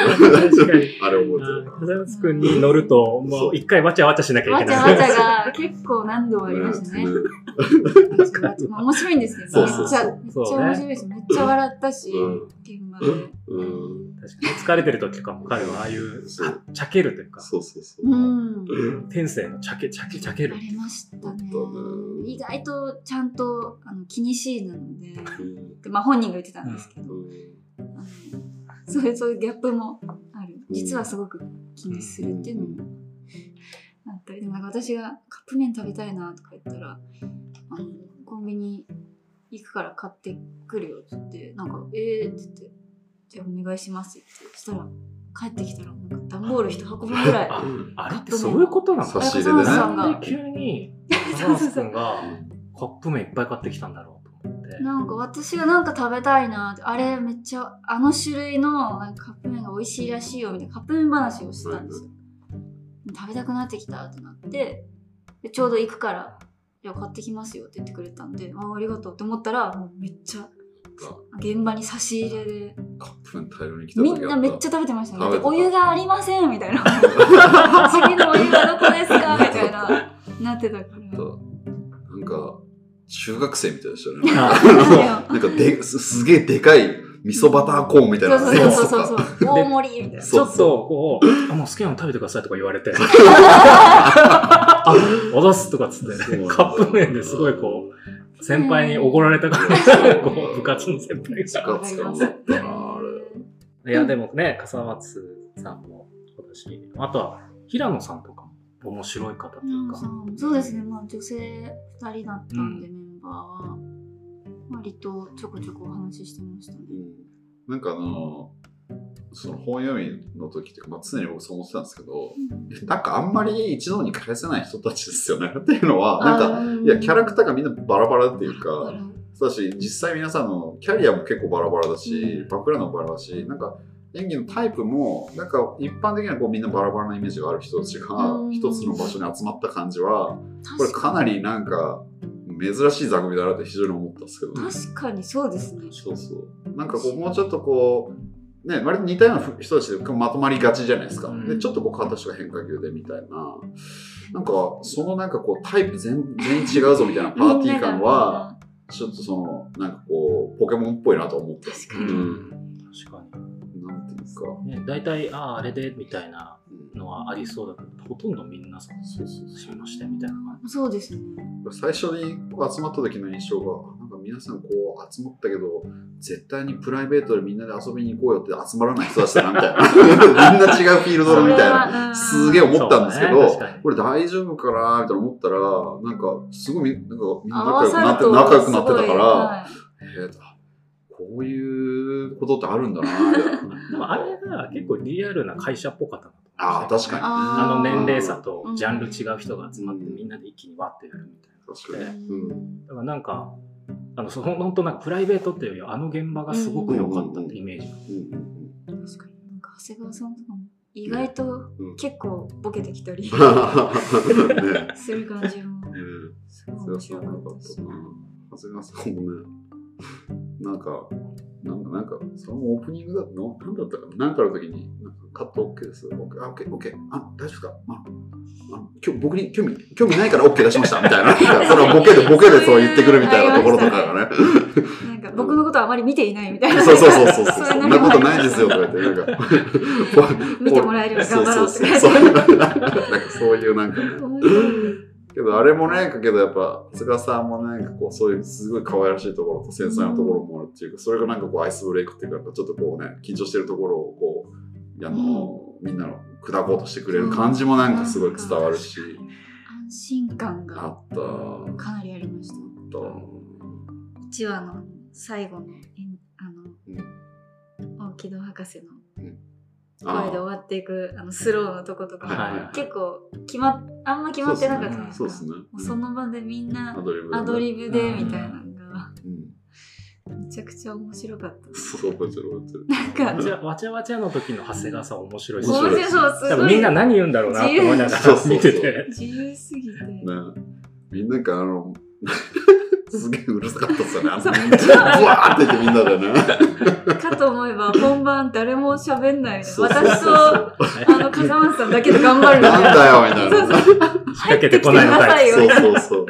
確かに。あれ思ってる。 笠松くんに乗ると、もう一回わちゃわちゃしなきゃいけない。 わちゃわちゃが結構何度もありましたね。面白いんですけど、めっちゃ、めっちゃ面白いです。めっちゃ笑ったし、現場で。確かに疲れてる時とかも彼はああいう、ちゃけるというか、 そうそうそう。 天性のちゃけ、ちゃけ、ちゃける。 ありましたね。意外とちゃんとあの気にしいなので、まあ本人が言ってたんですけど、そういう、そういうギャップもある。実はすごく気にするっていうのもあったり、でもなんか私がカップ麺食べたいなとか言ったら、あのコンビニ行くから買ってくるよって言って、なんか、えーって言って、じゃあお願いしますって言って、そしたら帰ってきたら、なんか段ボール一箱分ぐらい。 あ, あれってそういうことなの？ 差し入れでね。 なんで急に笠松くんがカップ麺いっぱい買ってきたんだろう。 なんか私がなんか食べたいなって、あれめっちゃあの種類のなんかカップ麺が美味しいらしいよみたいなカップ麺話をしてたんですよ。食べたくなってきたってなって、でちょうど行くからじゃあ買ってきますよって言ってくれたんで、あありがとうって思ったら、もうめっちゃ現場に差し入れでカップ麺大量に来たみんなめっちゃ食べてましたね。お湯がありませんみたいな次のお湯がどこですかみたいななってたから、 なんか中学生みたいでしたね。なんかで す, すげえでかい味噌バターコーンみたいな。 そうそうそうそう。大盛りみたいな。 ちょっとこう、あ、もう好きなの食べてくださいとか言われて。あ、おだすとかつって、カップ麺ですごいこう、 先輩におごられたからこう部活の先輩使がってたんだったなあれ。 いやでもね笠松さんもそうだし、あとは平野さんとかも面白い方というか、 そうですね、まあ女性ふたりだったんで、うん、メンバーは割とちょこちょこお話ししてましたね。 うん、なんかあのその本読みの時っていうか、まあ、常に僕そう思ってたんですけど、うん、なんかあんまり一度に返せない人たちですよねっていうのはなんかいやキャラクターがみんなバラバラっていうか、そうだし実際皆さんのキャリアも結構バラバラだし、うん、バックグラウンドもバラバラだし、なんか演技のタイプもなんか一般的にはこうみんなバラバラなイメージがある人たちが一つの場所に集まった感じはこれかなりなんか珍しい座組だなって非常に思ったんですけど、ね、 確かにそうですね。 そうそうなんかこうもうちょっとこうね割と似たような人たちでまとまりがちじゃないですか、うん、でちょっとこう形が変化球でみたいななんかそのなんかこうタイプ全全員違うぞみたいなパーティー感はちょっとそのなんかこうポケモンっぽいなと思って。 確かに、 うん、 確かにね、 大体あああれでみたいなのはありそうだけど、ほとんどみんなさそうそうしましたみたいな感じ。 そうですね。 最初に集まった時の印象がなんか皆さんこう集まったけど絶対にプライベートでみんなで遊びに行こうよって集まらない人たちだなみたいなみんな違うフィールドだみたいなすげえ思ったんですけど、ね、これ大丈夫かなみたいな思ったらなんかすごいなんかみんな仲良くなって仲良くなってたから、はい、えーこういうことってあるんだなでもあれが結構リアルな会社っぽかったなと思って。 ああ、確かに。 あの年齢差とジャンル違う人が集まってみんなで一気にわってやるみたいな。 確かに。うん、 だからなんか、あの、その本当なんかプライベートっていうよりはあの現場がすごく良かったってイメージが。 確かに。なんか長谷川さんとかも意外と結構ボケてきたり、ね、する感じもすごい面白かったし。 長谷川さんもね、なんか、なんか、なんか、そのオープニングだのなんだったかななんかの時に、なんかカット OK です。OK、あ、OK、OK、あ、大丈夫ですかあ、あ今日僕に興味、興味ないから OK 出しましたみたいな。それはボケで、ボケでそう言ってくるみたいなところとかがね。 なんか僕のことはあまり見ていないみたいな。 そうそうそうそう。そんなことないですよとか言って、なんか。 見てもらえれば頑張ろうって感じ。 なんかそういうなんかね。けどあれもね、けどやっぱ長谷川さんもなんかこうそういうすごい可愛らしいところと繊細なところもあるっていうか、それがなんかこうアイスブレイクっていうかちょっとこうね緊張してるところをこうあの、うん、みんなの砕こうとしてくれる感じもなんかすごい伝わるし、 安心感があったかなりありました。あったいちわの最後のあの、うん、大木戸博士の、うん声で終わっていくあのスローのとことか、はい、結構決まっあんま決まってなかったんですか。 そうですね。 その場でみんなアドリブでみたいなのが、うん、めちゃくちゃ面白かったです。 そう覚えてる覚えてる。 なんかわちゃわちゃの時の長谷川さん面白いし、 面白いそう多分みんな何言うんだろうなって思いながら見てて、 自由すぎて。ね、 みんながあの。すげえうるさかったっすよね。あのブワーって言ってみんなでね。 かと思えば本番誰も喋んない。私とあの風松さんだけで頑張るみたいな。 なんだよみたいな。 仕掛けてこないのかい。 そうそうそう。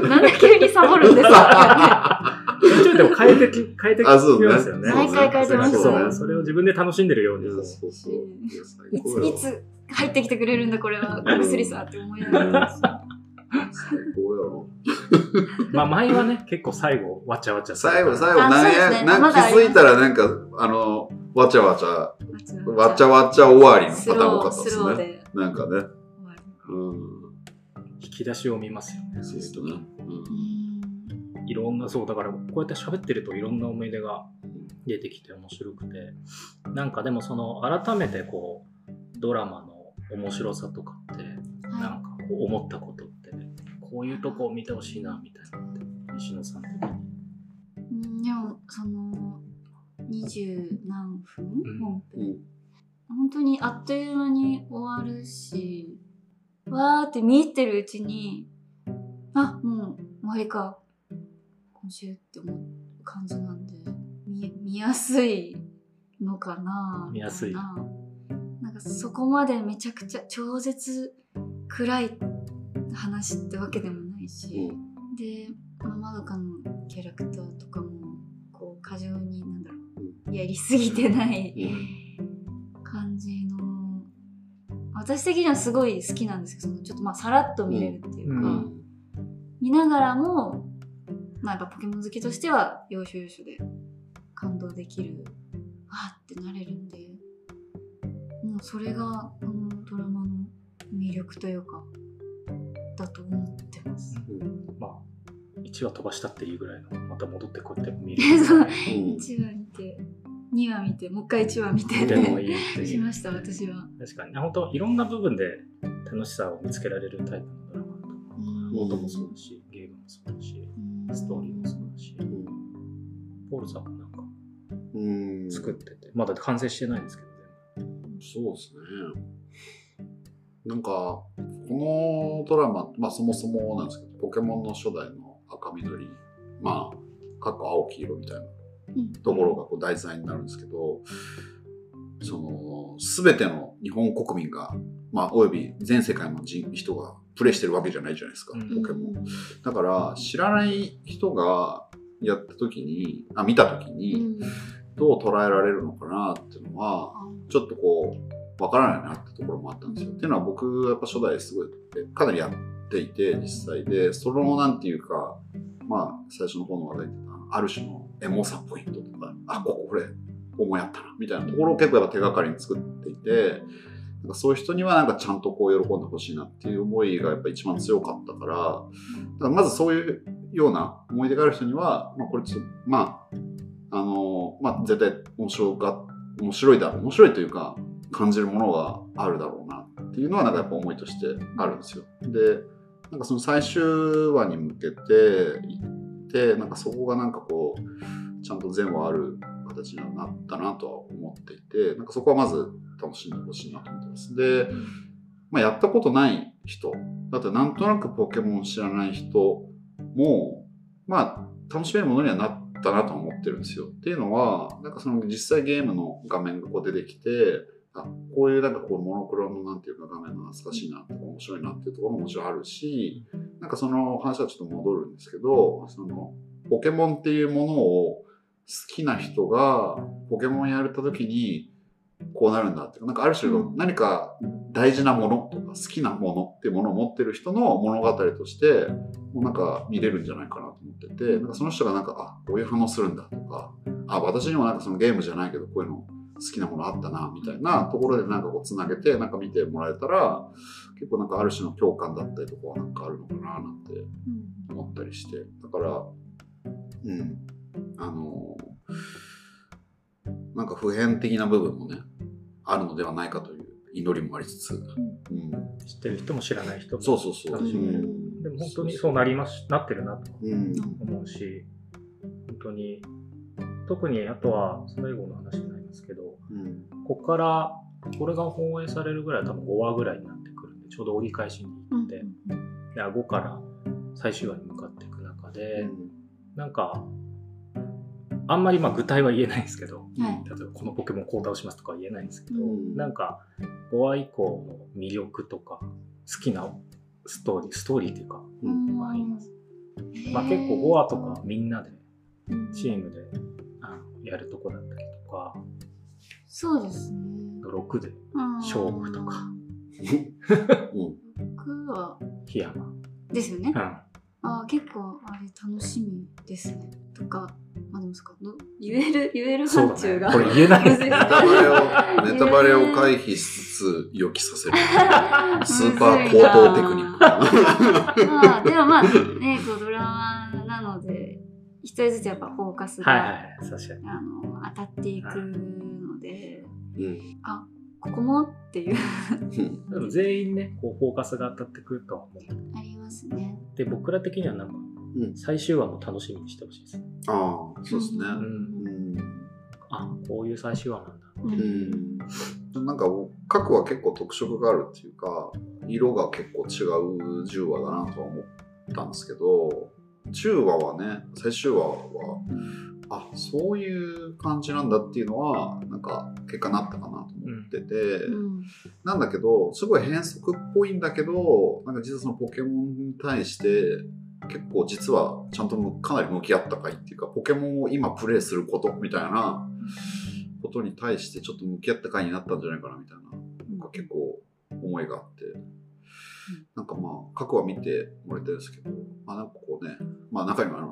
なんで急にサボるんですか。 ちょっとでも変えてき変えてきますよね。 毎回変えてますね。それを自分で楽しんでるように。 そうそう。 いついつ入ってきてくれるんだこれは小薬さんって思いながら。 最高やろ。 まあ前はね結構最後わちゃわちゃ最後最後なんや、ね、なん気づいたらなんかあのわちゃわちゃわちゃわちゃ終わりのパターン多かったですね。なんかね、 うん、引き出しを見ますよね。そうするとね、うん、いろんなそうだからこうやって喋ってるといろんな思い出が出てきて面白くて、なんかでもその改めてこうドラマの面白さとかってなんかこう思ったことって、ね、こういうとこを見てほしいなみたいなって西野さん的に。 うん、でもその二十何分、うん、本編、うん、本当にあっという間に終わるし、わーって見入ってるうちにあもう終わりか今週って思う感じなんで 見, 見やすいのかな。 見やすいな。 なんかそこまでめちゃくちゃ超絶暗い話ってわけでもないし、うん、でまどかのキャラクターとかもこう過剰になんだろうやりすぎてない感じの、私的にはすごい好きなんですけど、そのちょっとまあさらっと見れるっていうか、うん、見ながらもまあやっぱポケモン好きとしては要所要所で感動できる、あってなれるんで、もうそれがこのドラマの魅力というかだと思ってます。 うん、まあいちわ飛ばしたっていうぐらいの、また戻ってこうやって見るそういちわ見てにわ見てもう一回いちわ見てっていうのもいいっていうしました私は。 確かに本当いろんな部分で楽しさを見つけられるタイプのドラマだと思う。音もそうだし、ゲームもそうだし、ストーリーもそうだし、うん、ポールさんもなんか作ってて、まだ完成してないんですけどね。 そうですね。なんかこのドラマ、まあそもそもなんですけど、ポケモンの初代の赤緑、まあかっこ青黄色みたいなところがこう題材になるんですけど、その全ての日本国民が、まあおよび全世界の人がプレイしてるわけじゃないじゃないですか、うん、ポケモン。だから知らない人がやった時に、あ見た時にどう捉えられるのかなっていうのはちょっとこうわからないなってところもあったんですよ。っていうのは僕やっぱ初代すごいかなりやっていて実際で、そのなんていうか、まあ最初の方の話題で言ったある種のエモさポイントとか、あこここれ思いやったなみたいなところを結構やっぱ手がかりに作っていて、なんかそういう人にはなんかちゃんとこう喜んでほしいなっていう思いがやっぱ一番強かったから、だからまずそういうような思い出がある人には、まあ、これちょっとまああのまあ絶対面白が面白いだろう面白いというか感じるものがあるだろうなっていうのはなんかやっぱ思いとしてあるんですよ。でなんかその最終話に向けていってなんかそこがなんかこうちゃんと全話ある形にはなったなとは思っていて、なんかそこはまず楽しんでほしいなと思ってます。で、まあ、やったことない人だってなんとなくポケモン知らない人もまあ楽しめるものにはなったなと思ってるんですよ。っていうのはなんかその実際ゲームの画面がこう出てきて、あこういうなんかこうモノクロのなんていうか画面が懐かしいなとか面白いなっていうところももちろんあるし、なんかその話はちょっと戻るんですけど、そのポケモンっていうものを好きな人がポケモンやれた時にこうなるんだっていうか、なんかある種の何か大事なものとか好きなものっていうものを持ってる人の物語としてもうなんか見れるんじゃないかなと思ってて、なんかその人がなんかあこういう反応するんだとか、あ私にもなんかそのゲームじゃないけどこういうの好きなものあったなみたいなところでなんかこうつなげてなんか見てもらえたら結構なんかある種の共感だったりとかはなんかあるのかななんて思ったりして、だからうんあのなんか普遍的な部分もねあるのではないかという祈りもありつつ、うん、 知ってる人も知らない人もそうそうそう、 楽しめる、うん、でも本当にそうなりましなってるなと思うし、うん、本当に特にあとは最後の話になりますけど、うん、ここからこれが放映されるぐらい多分ごわぐらいになってくるんでちょうど折り返しに行って、うん、でごから最終話に向かっていく中で、うん、なんかあんまりまあ具体は言えないんですけど、はい、例えばこのポケモンこう倒しますとかは言えないんですけど、うん、なんかごわ以降の魅力とか好きなストーリーストーリーっていうか、うん、まああります。まあ結構ごわとかみんなでチームであのやるとこだったりとか、 そうですね。 ろくで勝負とか、 僕は檜山ですよね。 うん、 あ結構あれ楽しみですね。とか。まあ、でもか言える言える範疇が、 ね、これ言えないネタバレをネタバレを回避しつつ予期させるスーパー高等テクニックまあでもまあねこうドラマなので一人ずつやっぱフォーカスが、はいはいはい、あの当たっていくので、うん、あここもっていうでも全員ねこうフォーカスが当たってくるとは思うありますね。 で僕ら的にはなんかうん、最終話も楽しみにしてほしいです。 ああ、そうですね。うんうん、あこういう最終話なんだ。 うん、なんか各話結構特色があるっていうか、色が結構違うじゅうわだなとは思ったんですけど、じゅうわはね、最終話はあそういう感じなんだっていうのはなんか結果なったかなと思ってて、うん、なんだけどすごい変則っぽいんだけど、なんか実はそのポケモンに対して結構実はちゃんとかなり向き合った回っていうか、ポケモンを今プレイすることみたいなことに対してちょっと向き合った回になったんじゃないかなみたいな、なんか結構思いがあって、なんかまあ各話見てもらいたいですけど、まあなんかこうね、まあ中にはあの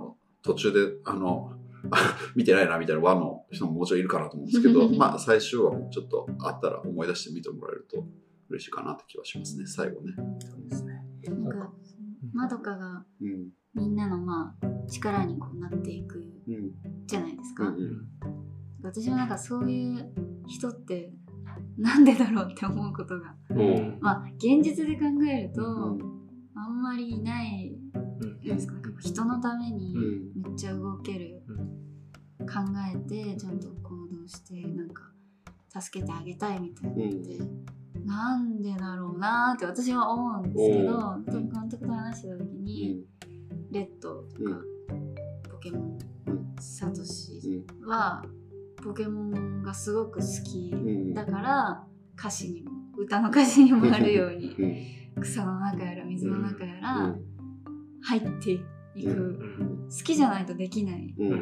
途中で、あの、見てないなみたいな輪の人ももちろんいるかなと思うんですけど、まあ最終話もちょっとあったら思い出して見てもらえると嬉しいかなって気はしますね、最後ね。 そうですね。 なんかまどかがうんみんなのまあ力にこうなっていくうんじゃないですか、 うんうん私もなんかそういう人ってなんでだろうって思うことが、 うんまあ現実で考えると、 うんあんまりいないうんじゃないですか。なんか人のためにうんめっちゃ動ける、考えてちゃんと行動してなんか助けてあげたいみたいなのって、うん、なんでだろうなって私は思うんですけど、監督と話してた時に、うん、レッドとか、うん、ポケモン、うん、サトシは、うん、ポケモンがすごく好き、うん、だから歌詞にも歌の歌詞にもあるように、うん、草の中やら水の中やら入っていく、うん、好きじゃないとできない、うん、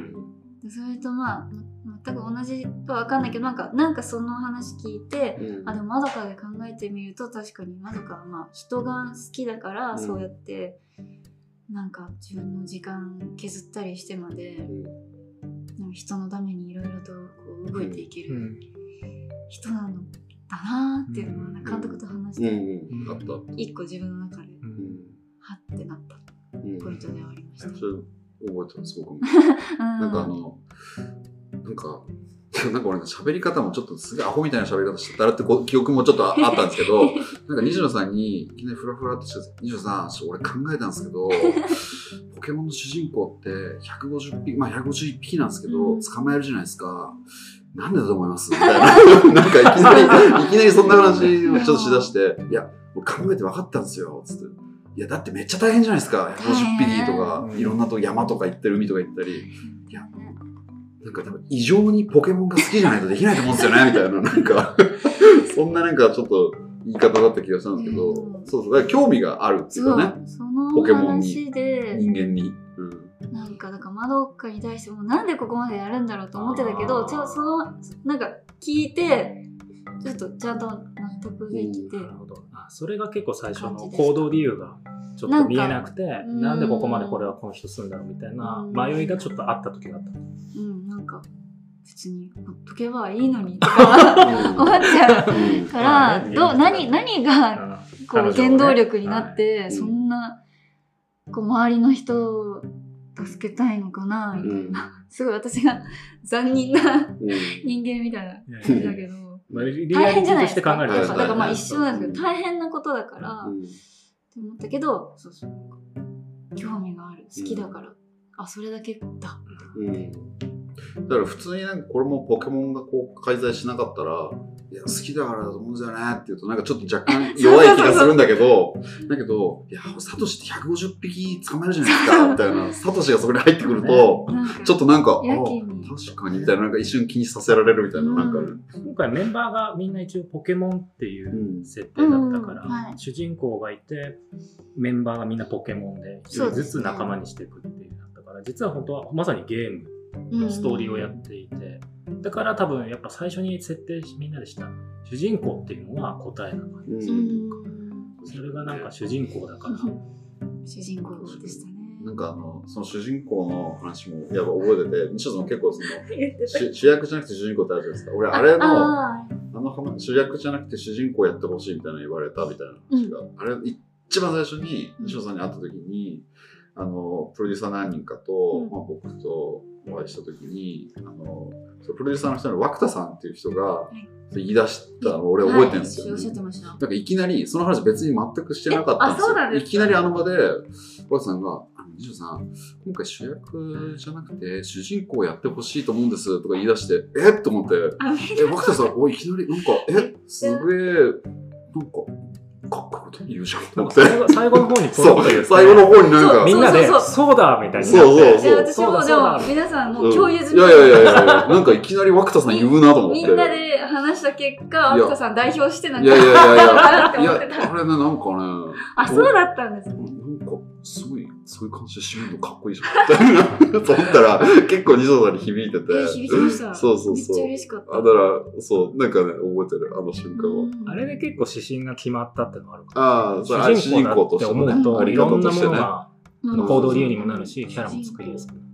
それとまあ全く同じとは分かんないけどなんかなんかその話聞いて、うん、あでもまどかで考えてみると確かにまどかはまあ人が好きだからそうやって、うん、なんか自分の時間削ったりしてまで、うん、なんか人のためにいろいろとこう動いていける人なのだなっていうのは、ね、監督と話して一個自分の中ではってなったポイントではありました。 覚えてます、僕も。なんかあの、なんか、なんか俺の喋り方もちょっとすげえアホみたいな喋り方してたらって記憶もちょっとあったんですけど、なんか西野さんにいきなりフラフラってして、西野さん、俺考えたんですけど、ポケモンの主人公ってひゃくごじゅっぴき、まあひゃくごじゅういっぴきなんですけど、捕まえるじゃないですか。なんでだと思いますみたいな。なんかいきなり、いきなりそんな話をちょっとしだして、いや、俺考えて分かったんですよ、つって。いやだってめっちゃ大変じゃないですか。ひゃくごじゅっぴきとか、いろんなとこ山とか行ってる海とか行ったり。いや、なんか多分異常にポケモンが好きじゃないとできないと思うんですよね、みたいな。なんか、そんななんかちょっと言い方だった気がしたんですけど、そうそう、だから興味があるっていうかね。 そのポケモンに、 話で人間に。 うん、なんか、だからまどかに対してもなんでここまでやるんだろうと思ってたけど、じゃあその、なんか聞いて、ちょっとちゃんと納得できて、 なるほど。あ、それが結構最初の行動理由がちょっと見えなくて、なんなんでここまでこれはこの人するんだろうみたいな迷いがちょっとあった時があった。 うん、なんか別にほっとけばいいのにとか思っちゃうから、どう何何がこう原動力になってそんなこう周りの人を助けたいのかなみたいな、すごい私が残忍な人間みたいな感じだけど。大変じゃないですか。だからまあ一緒なんですけど、大変なことだから、うん、って思ったけど、そうそう、興味がある、好きだから、うん、あ、それだけだ。 うん、だから普通になんかこれもポケモンがこう開催しなかったら、いや好きだからだと思うんだよねって言うとなんかちょっと若干弱い気がするんだけど、だけど、いや、サトシってひゃくごじゅっぴき捕まえるじゃないですか、みたいな、サトシがそこに入ってくると、ちょっとなんか、あ、確かにみたいな、なんか一瞬気にさせられるみたいな、なんか、ね、 今回メンバーがみんな一応ポケモンっていう設定だったから、うんはい、主人公がいて、メンバーがみんなポケモンで、一人ずつ仲間にしていくっていうだったから、実は本当はまさにゲームのストーリーをやっていて、だから多分やっぱ最初に設定みんなでした主人公っていうのが答えな感じ、うん、それがなんか主人公だから主人公でしたね。 なんかあのその主人公の話もやっぱ覚えてて、西野さんも結構その主役じゃなくて主人公ってあるじゃないですか。俺あれのあの主役じゃなくて主人公やってほしいみたいな言われたみたいな話が、うん、あれ一番最初に西野さんに会った時に、あのプロデューサー何人かと、うんまあ、僕とお会いした時にあのプロデューサーの人の涌田さんっていう人が言い出したのを俺覚えてるんですよ、ね。はい、おっしゃってました。なんかいきなりその話別に全くしてなかったんですよ。あ、そうなんですか。いきなりあの場で涌田さんが「西野さん、今回主役じゃなくて主人公やってほしいと思うんです」とか言い出して「えっ?」と思って「え、涌田さん、おいきなりなんかえすげえなんか。かっこいいこと言うじゃんと思って最後の方にそういうこと言って最後の方になんかみんなでそうだみたいな。 そうそうそう。 私もでも皆さんも共有済み。 いやいやいやいやなんかいきなり涌田さん言うなと思って。 みんなで話した結果涌田さん代表してなんかいやいやいやいやいやあれねなんかね。 あ、そうだったんですね。 なんかすごいそういう感じで締めるのかっこいいじゃんって思ったら結構西野さんに響いてて。 響きました。 そうそうそう。 めっちゃ嬉しかった。 あだからそうなんかね覚えてるあの瞬間を。 あれで結構指針が決まったってのがあるから。 ああ。主人公だって思うと、いろんなものが行動理由にもなるし、キャラも作りやすくなって。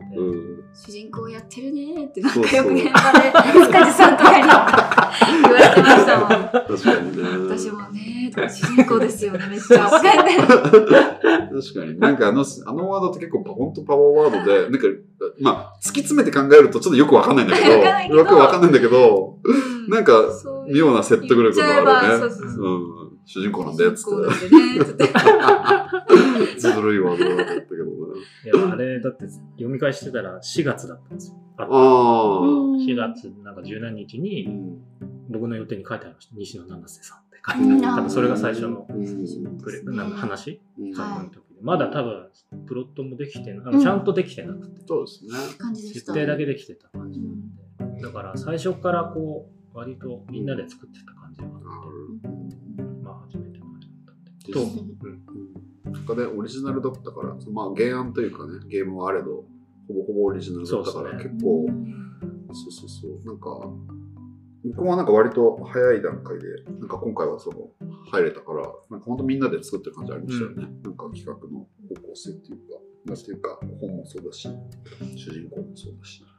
で、 うん、 主人公やってるねーってなんかよく現場で塚地さんとかに言われてましたもん。 確かにね。 私もねーとか主人公ですよねめっちゃ。確かになんかあのあのワードって結構本当パワーワードでなんかまあ突き詰めて考えるとちょっとよくわかんないんだけど、よくわかんないんだけど、うん、なんか妙な説得力があるね。そうそうそう、うん、主人公なんだよっつって。ずるいワードだったけどね。 いやあれだって読み返してたらしがつだったんですよ。ああ。しがつなんか十何日に僕の予定に書いてありました。西野七瀬さんって書いてある。多分それが最初のプレなんか話、うん、最後の時でまだ多分プロットもできてな、ちゃんとできてなくて、 そうですね。 設定だけできてた感じなんで、だから最初からこう割とみんなで作ってた感じがあって、まあ初めてのあれだったんで。と、 うん。他でオリジナルだったから、まあ原案というかね、ゲームはあれど、ほぼほぼオリジナルだったから、結構、そうそうそう、なんか、僕もなんか割と早い段階で、なんか今回はその、入れたから、なんか本当みんなで作ってる感じありましたよね。うん、なんか企画の方向性っていうか、なんていうか、本もそうだし、主人公もそうだし。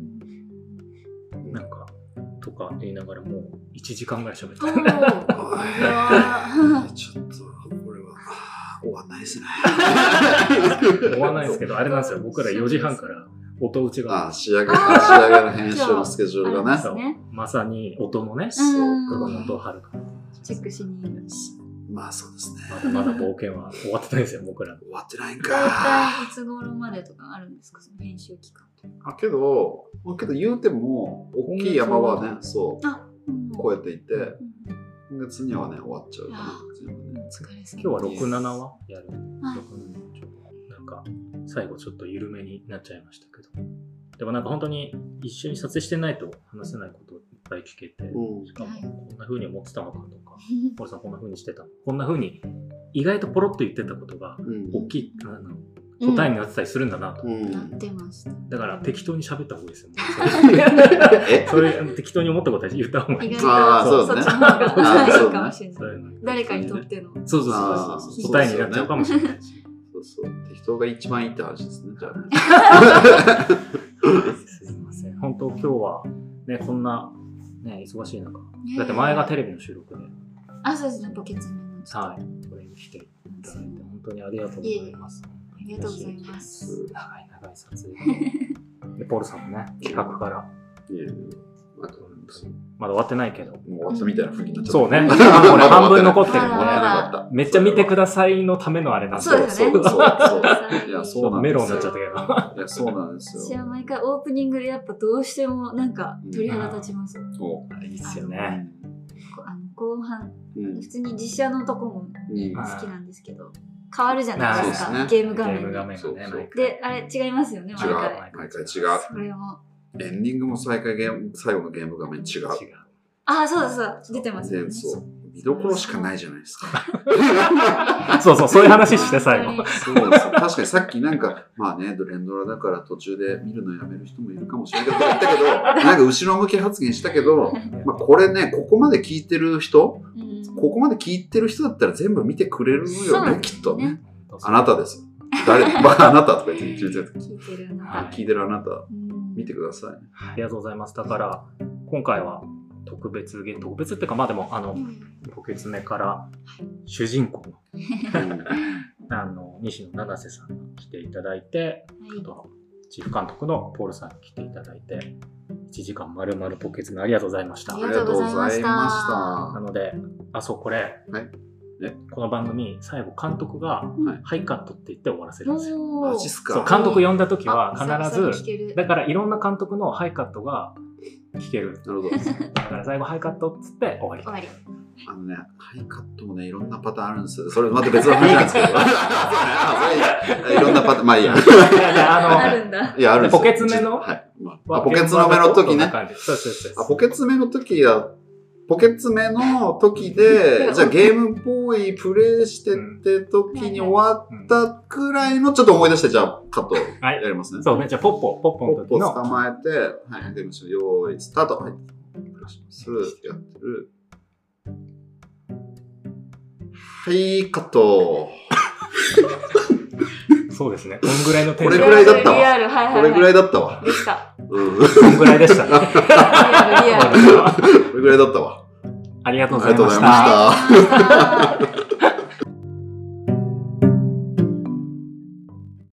なんか、とか言いながらもういちじかんぐらい喋ってた。 ちょっと、これは、終わんないですね。 終わんないですけど、あれなんですよ、僕らよじはんから音打ちが。 あ、仕上げ、仕上げの編集のスケジュールがね。 そうまさに音のね、 そうこの音を張るから。 チェックしに行く。 まあそうですね。 まだまだ冒険は終わってないですよ、僕ら。 終わってないんか。 大体いつ頃までとかあるんですか、その編集期間。 あ、けど、けど言うても、大きい山はね、そう、超えていて、今月にはね、終わっちゃうかな。 今日はろく、ななはやる。なんか、最後ちょっと緩めになっちゃいましたけど。でもなんか本当に一緒に撮影してないと話せないことをいっぱい聞けて、しかもこんな風に思ってたのかとか、ポルさんこんな風にしてた。こんな風に意外とポロッと言ってたことが大きい、あの答えになってたりするんだなと思って。 なってました。 だから適当に喋った方がいいですよね。それ適当に思ったことは言った方がいい。 ああ、そうですね。 かもしれない。誰かにとっての。 そうそうそう。答えになっちゃうかもしれないし。 そうそう。適当が一番いいって話ですね、じゃあね。 すいません。本当今日はね、こんなね、忙しい中。だって前がテレビの収録で。 あ、そうですね、ポケツメの。 はい。これに来ていただいて、本当にありがとうございます。 ありがとうございます。 長い長い撮影で、ポールさんもね、企画から。 いえいえ。 まだ終わってないけど。もう終わったみたいな雰囲気になっちゃった。 そうね。これ半分残ってるんで、めっちゃ見てくださいのためのあれなんですよ。 そうですね。 そうそう。いや、そうなんですよ。 メロンになっちゃったけど。 いや、そうなんですよ。 私は毎回オープニングでやっぱどうしてもなんか鳥肌立ちます。 いいっすよね。 あの後半、普通に実写のとこも好きなんですけど、変わるじゃないですか、ゲーム画面。 ゲーム画面がね。 で、あれ違いますよね、毎回。 毎回違う。 それも。 エンディングも最回ゲーム最後のゲーム画面違う。 ああ、そうだそうだ、出てますね。 そう。見どころしかないじゃないですか。 そうそう、そういう話して最後。 そうです。確かにさっきなんか、まあね、連ドラだから途中で見るのやめる人もいるかもしれないけど、言ったけど、なんか後ろ向き発言したけど、まあこれね、ここまで聞いてる人、ここまで聞いてる人だったら全部見てくれるよね、きっとね。あなたです。誰、まああなたとか言って聞いてる。聞いてるあなた。聞いてるあなた。見てください。 ありがとうございます。だから今回は特別ゲ特別っていうかまあでもあのポケツメから主人公の、うん、あの西野七瀬さんが来ていただいて、はい、あとチーフ監督のポールさんに来ていただいていちじかんまるまるポケツメありがとうございました。 ありがとうございました。 なのであそうこれ。はいね、この番組最後監督がハイカットって言って終わらせるんですよ。 マジっすか。 そう監督呼んだ時は必ずだからいろんな監督のハイカットが聞ける。 なるほど。 だから最後ハイカットっつって終わり。 終わり。 あのねハイカットもねいろんなパターンあるんですよ。それまた別の話なんですけど。いろんなパターンまあいいや。いやあのあるんだ。 いやあるんですよ。 ポケツメの。 はい。まあ、ポケツメの時ね。 そうそうそう。 あポケツメの時は。ポケツメの時で、じゃあゲームっぽいプレイしてって時に終わったくらいのちょっと思い出して、じゃあカットやりますね。 そうね、じゃあポッポ、ポッポの時の。 ポッポ捕まえて、はい、ゲームしよう、用意、スタート。はい。プラスします。やってる。はい、カット。 そうですね。こんぐらいのテンション。 これぐらいだったわリアル、はいはい、はい。 これぐらいだったわ。 でした。 うん。 こんぐらいでしたね。 リアル、リアル。 これぐらいだったわ。 ありがとうごありがとうございました。 ざいました。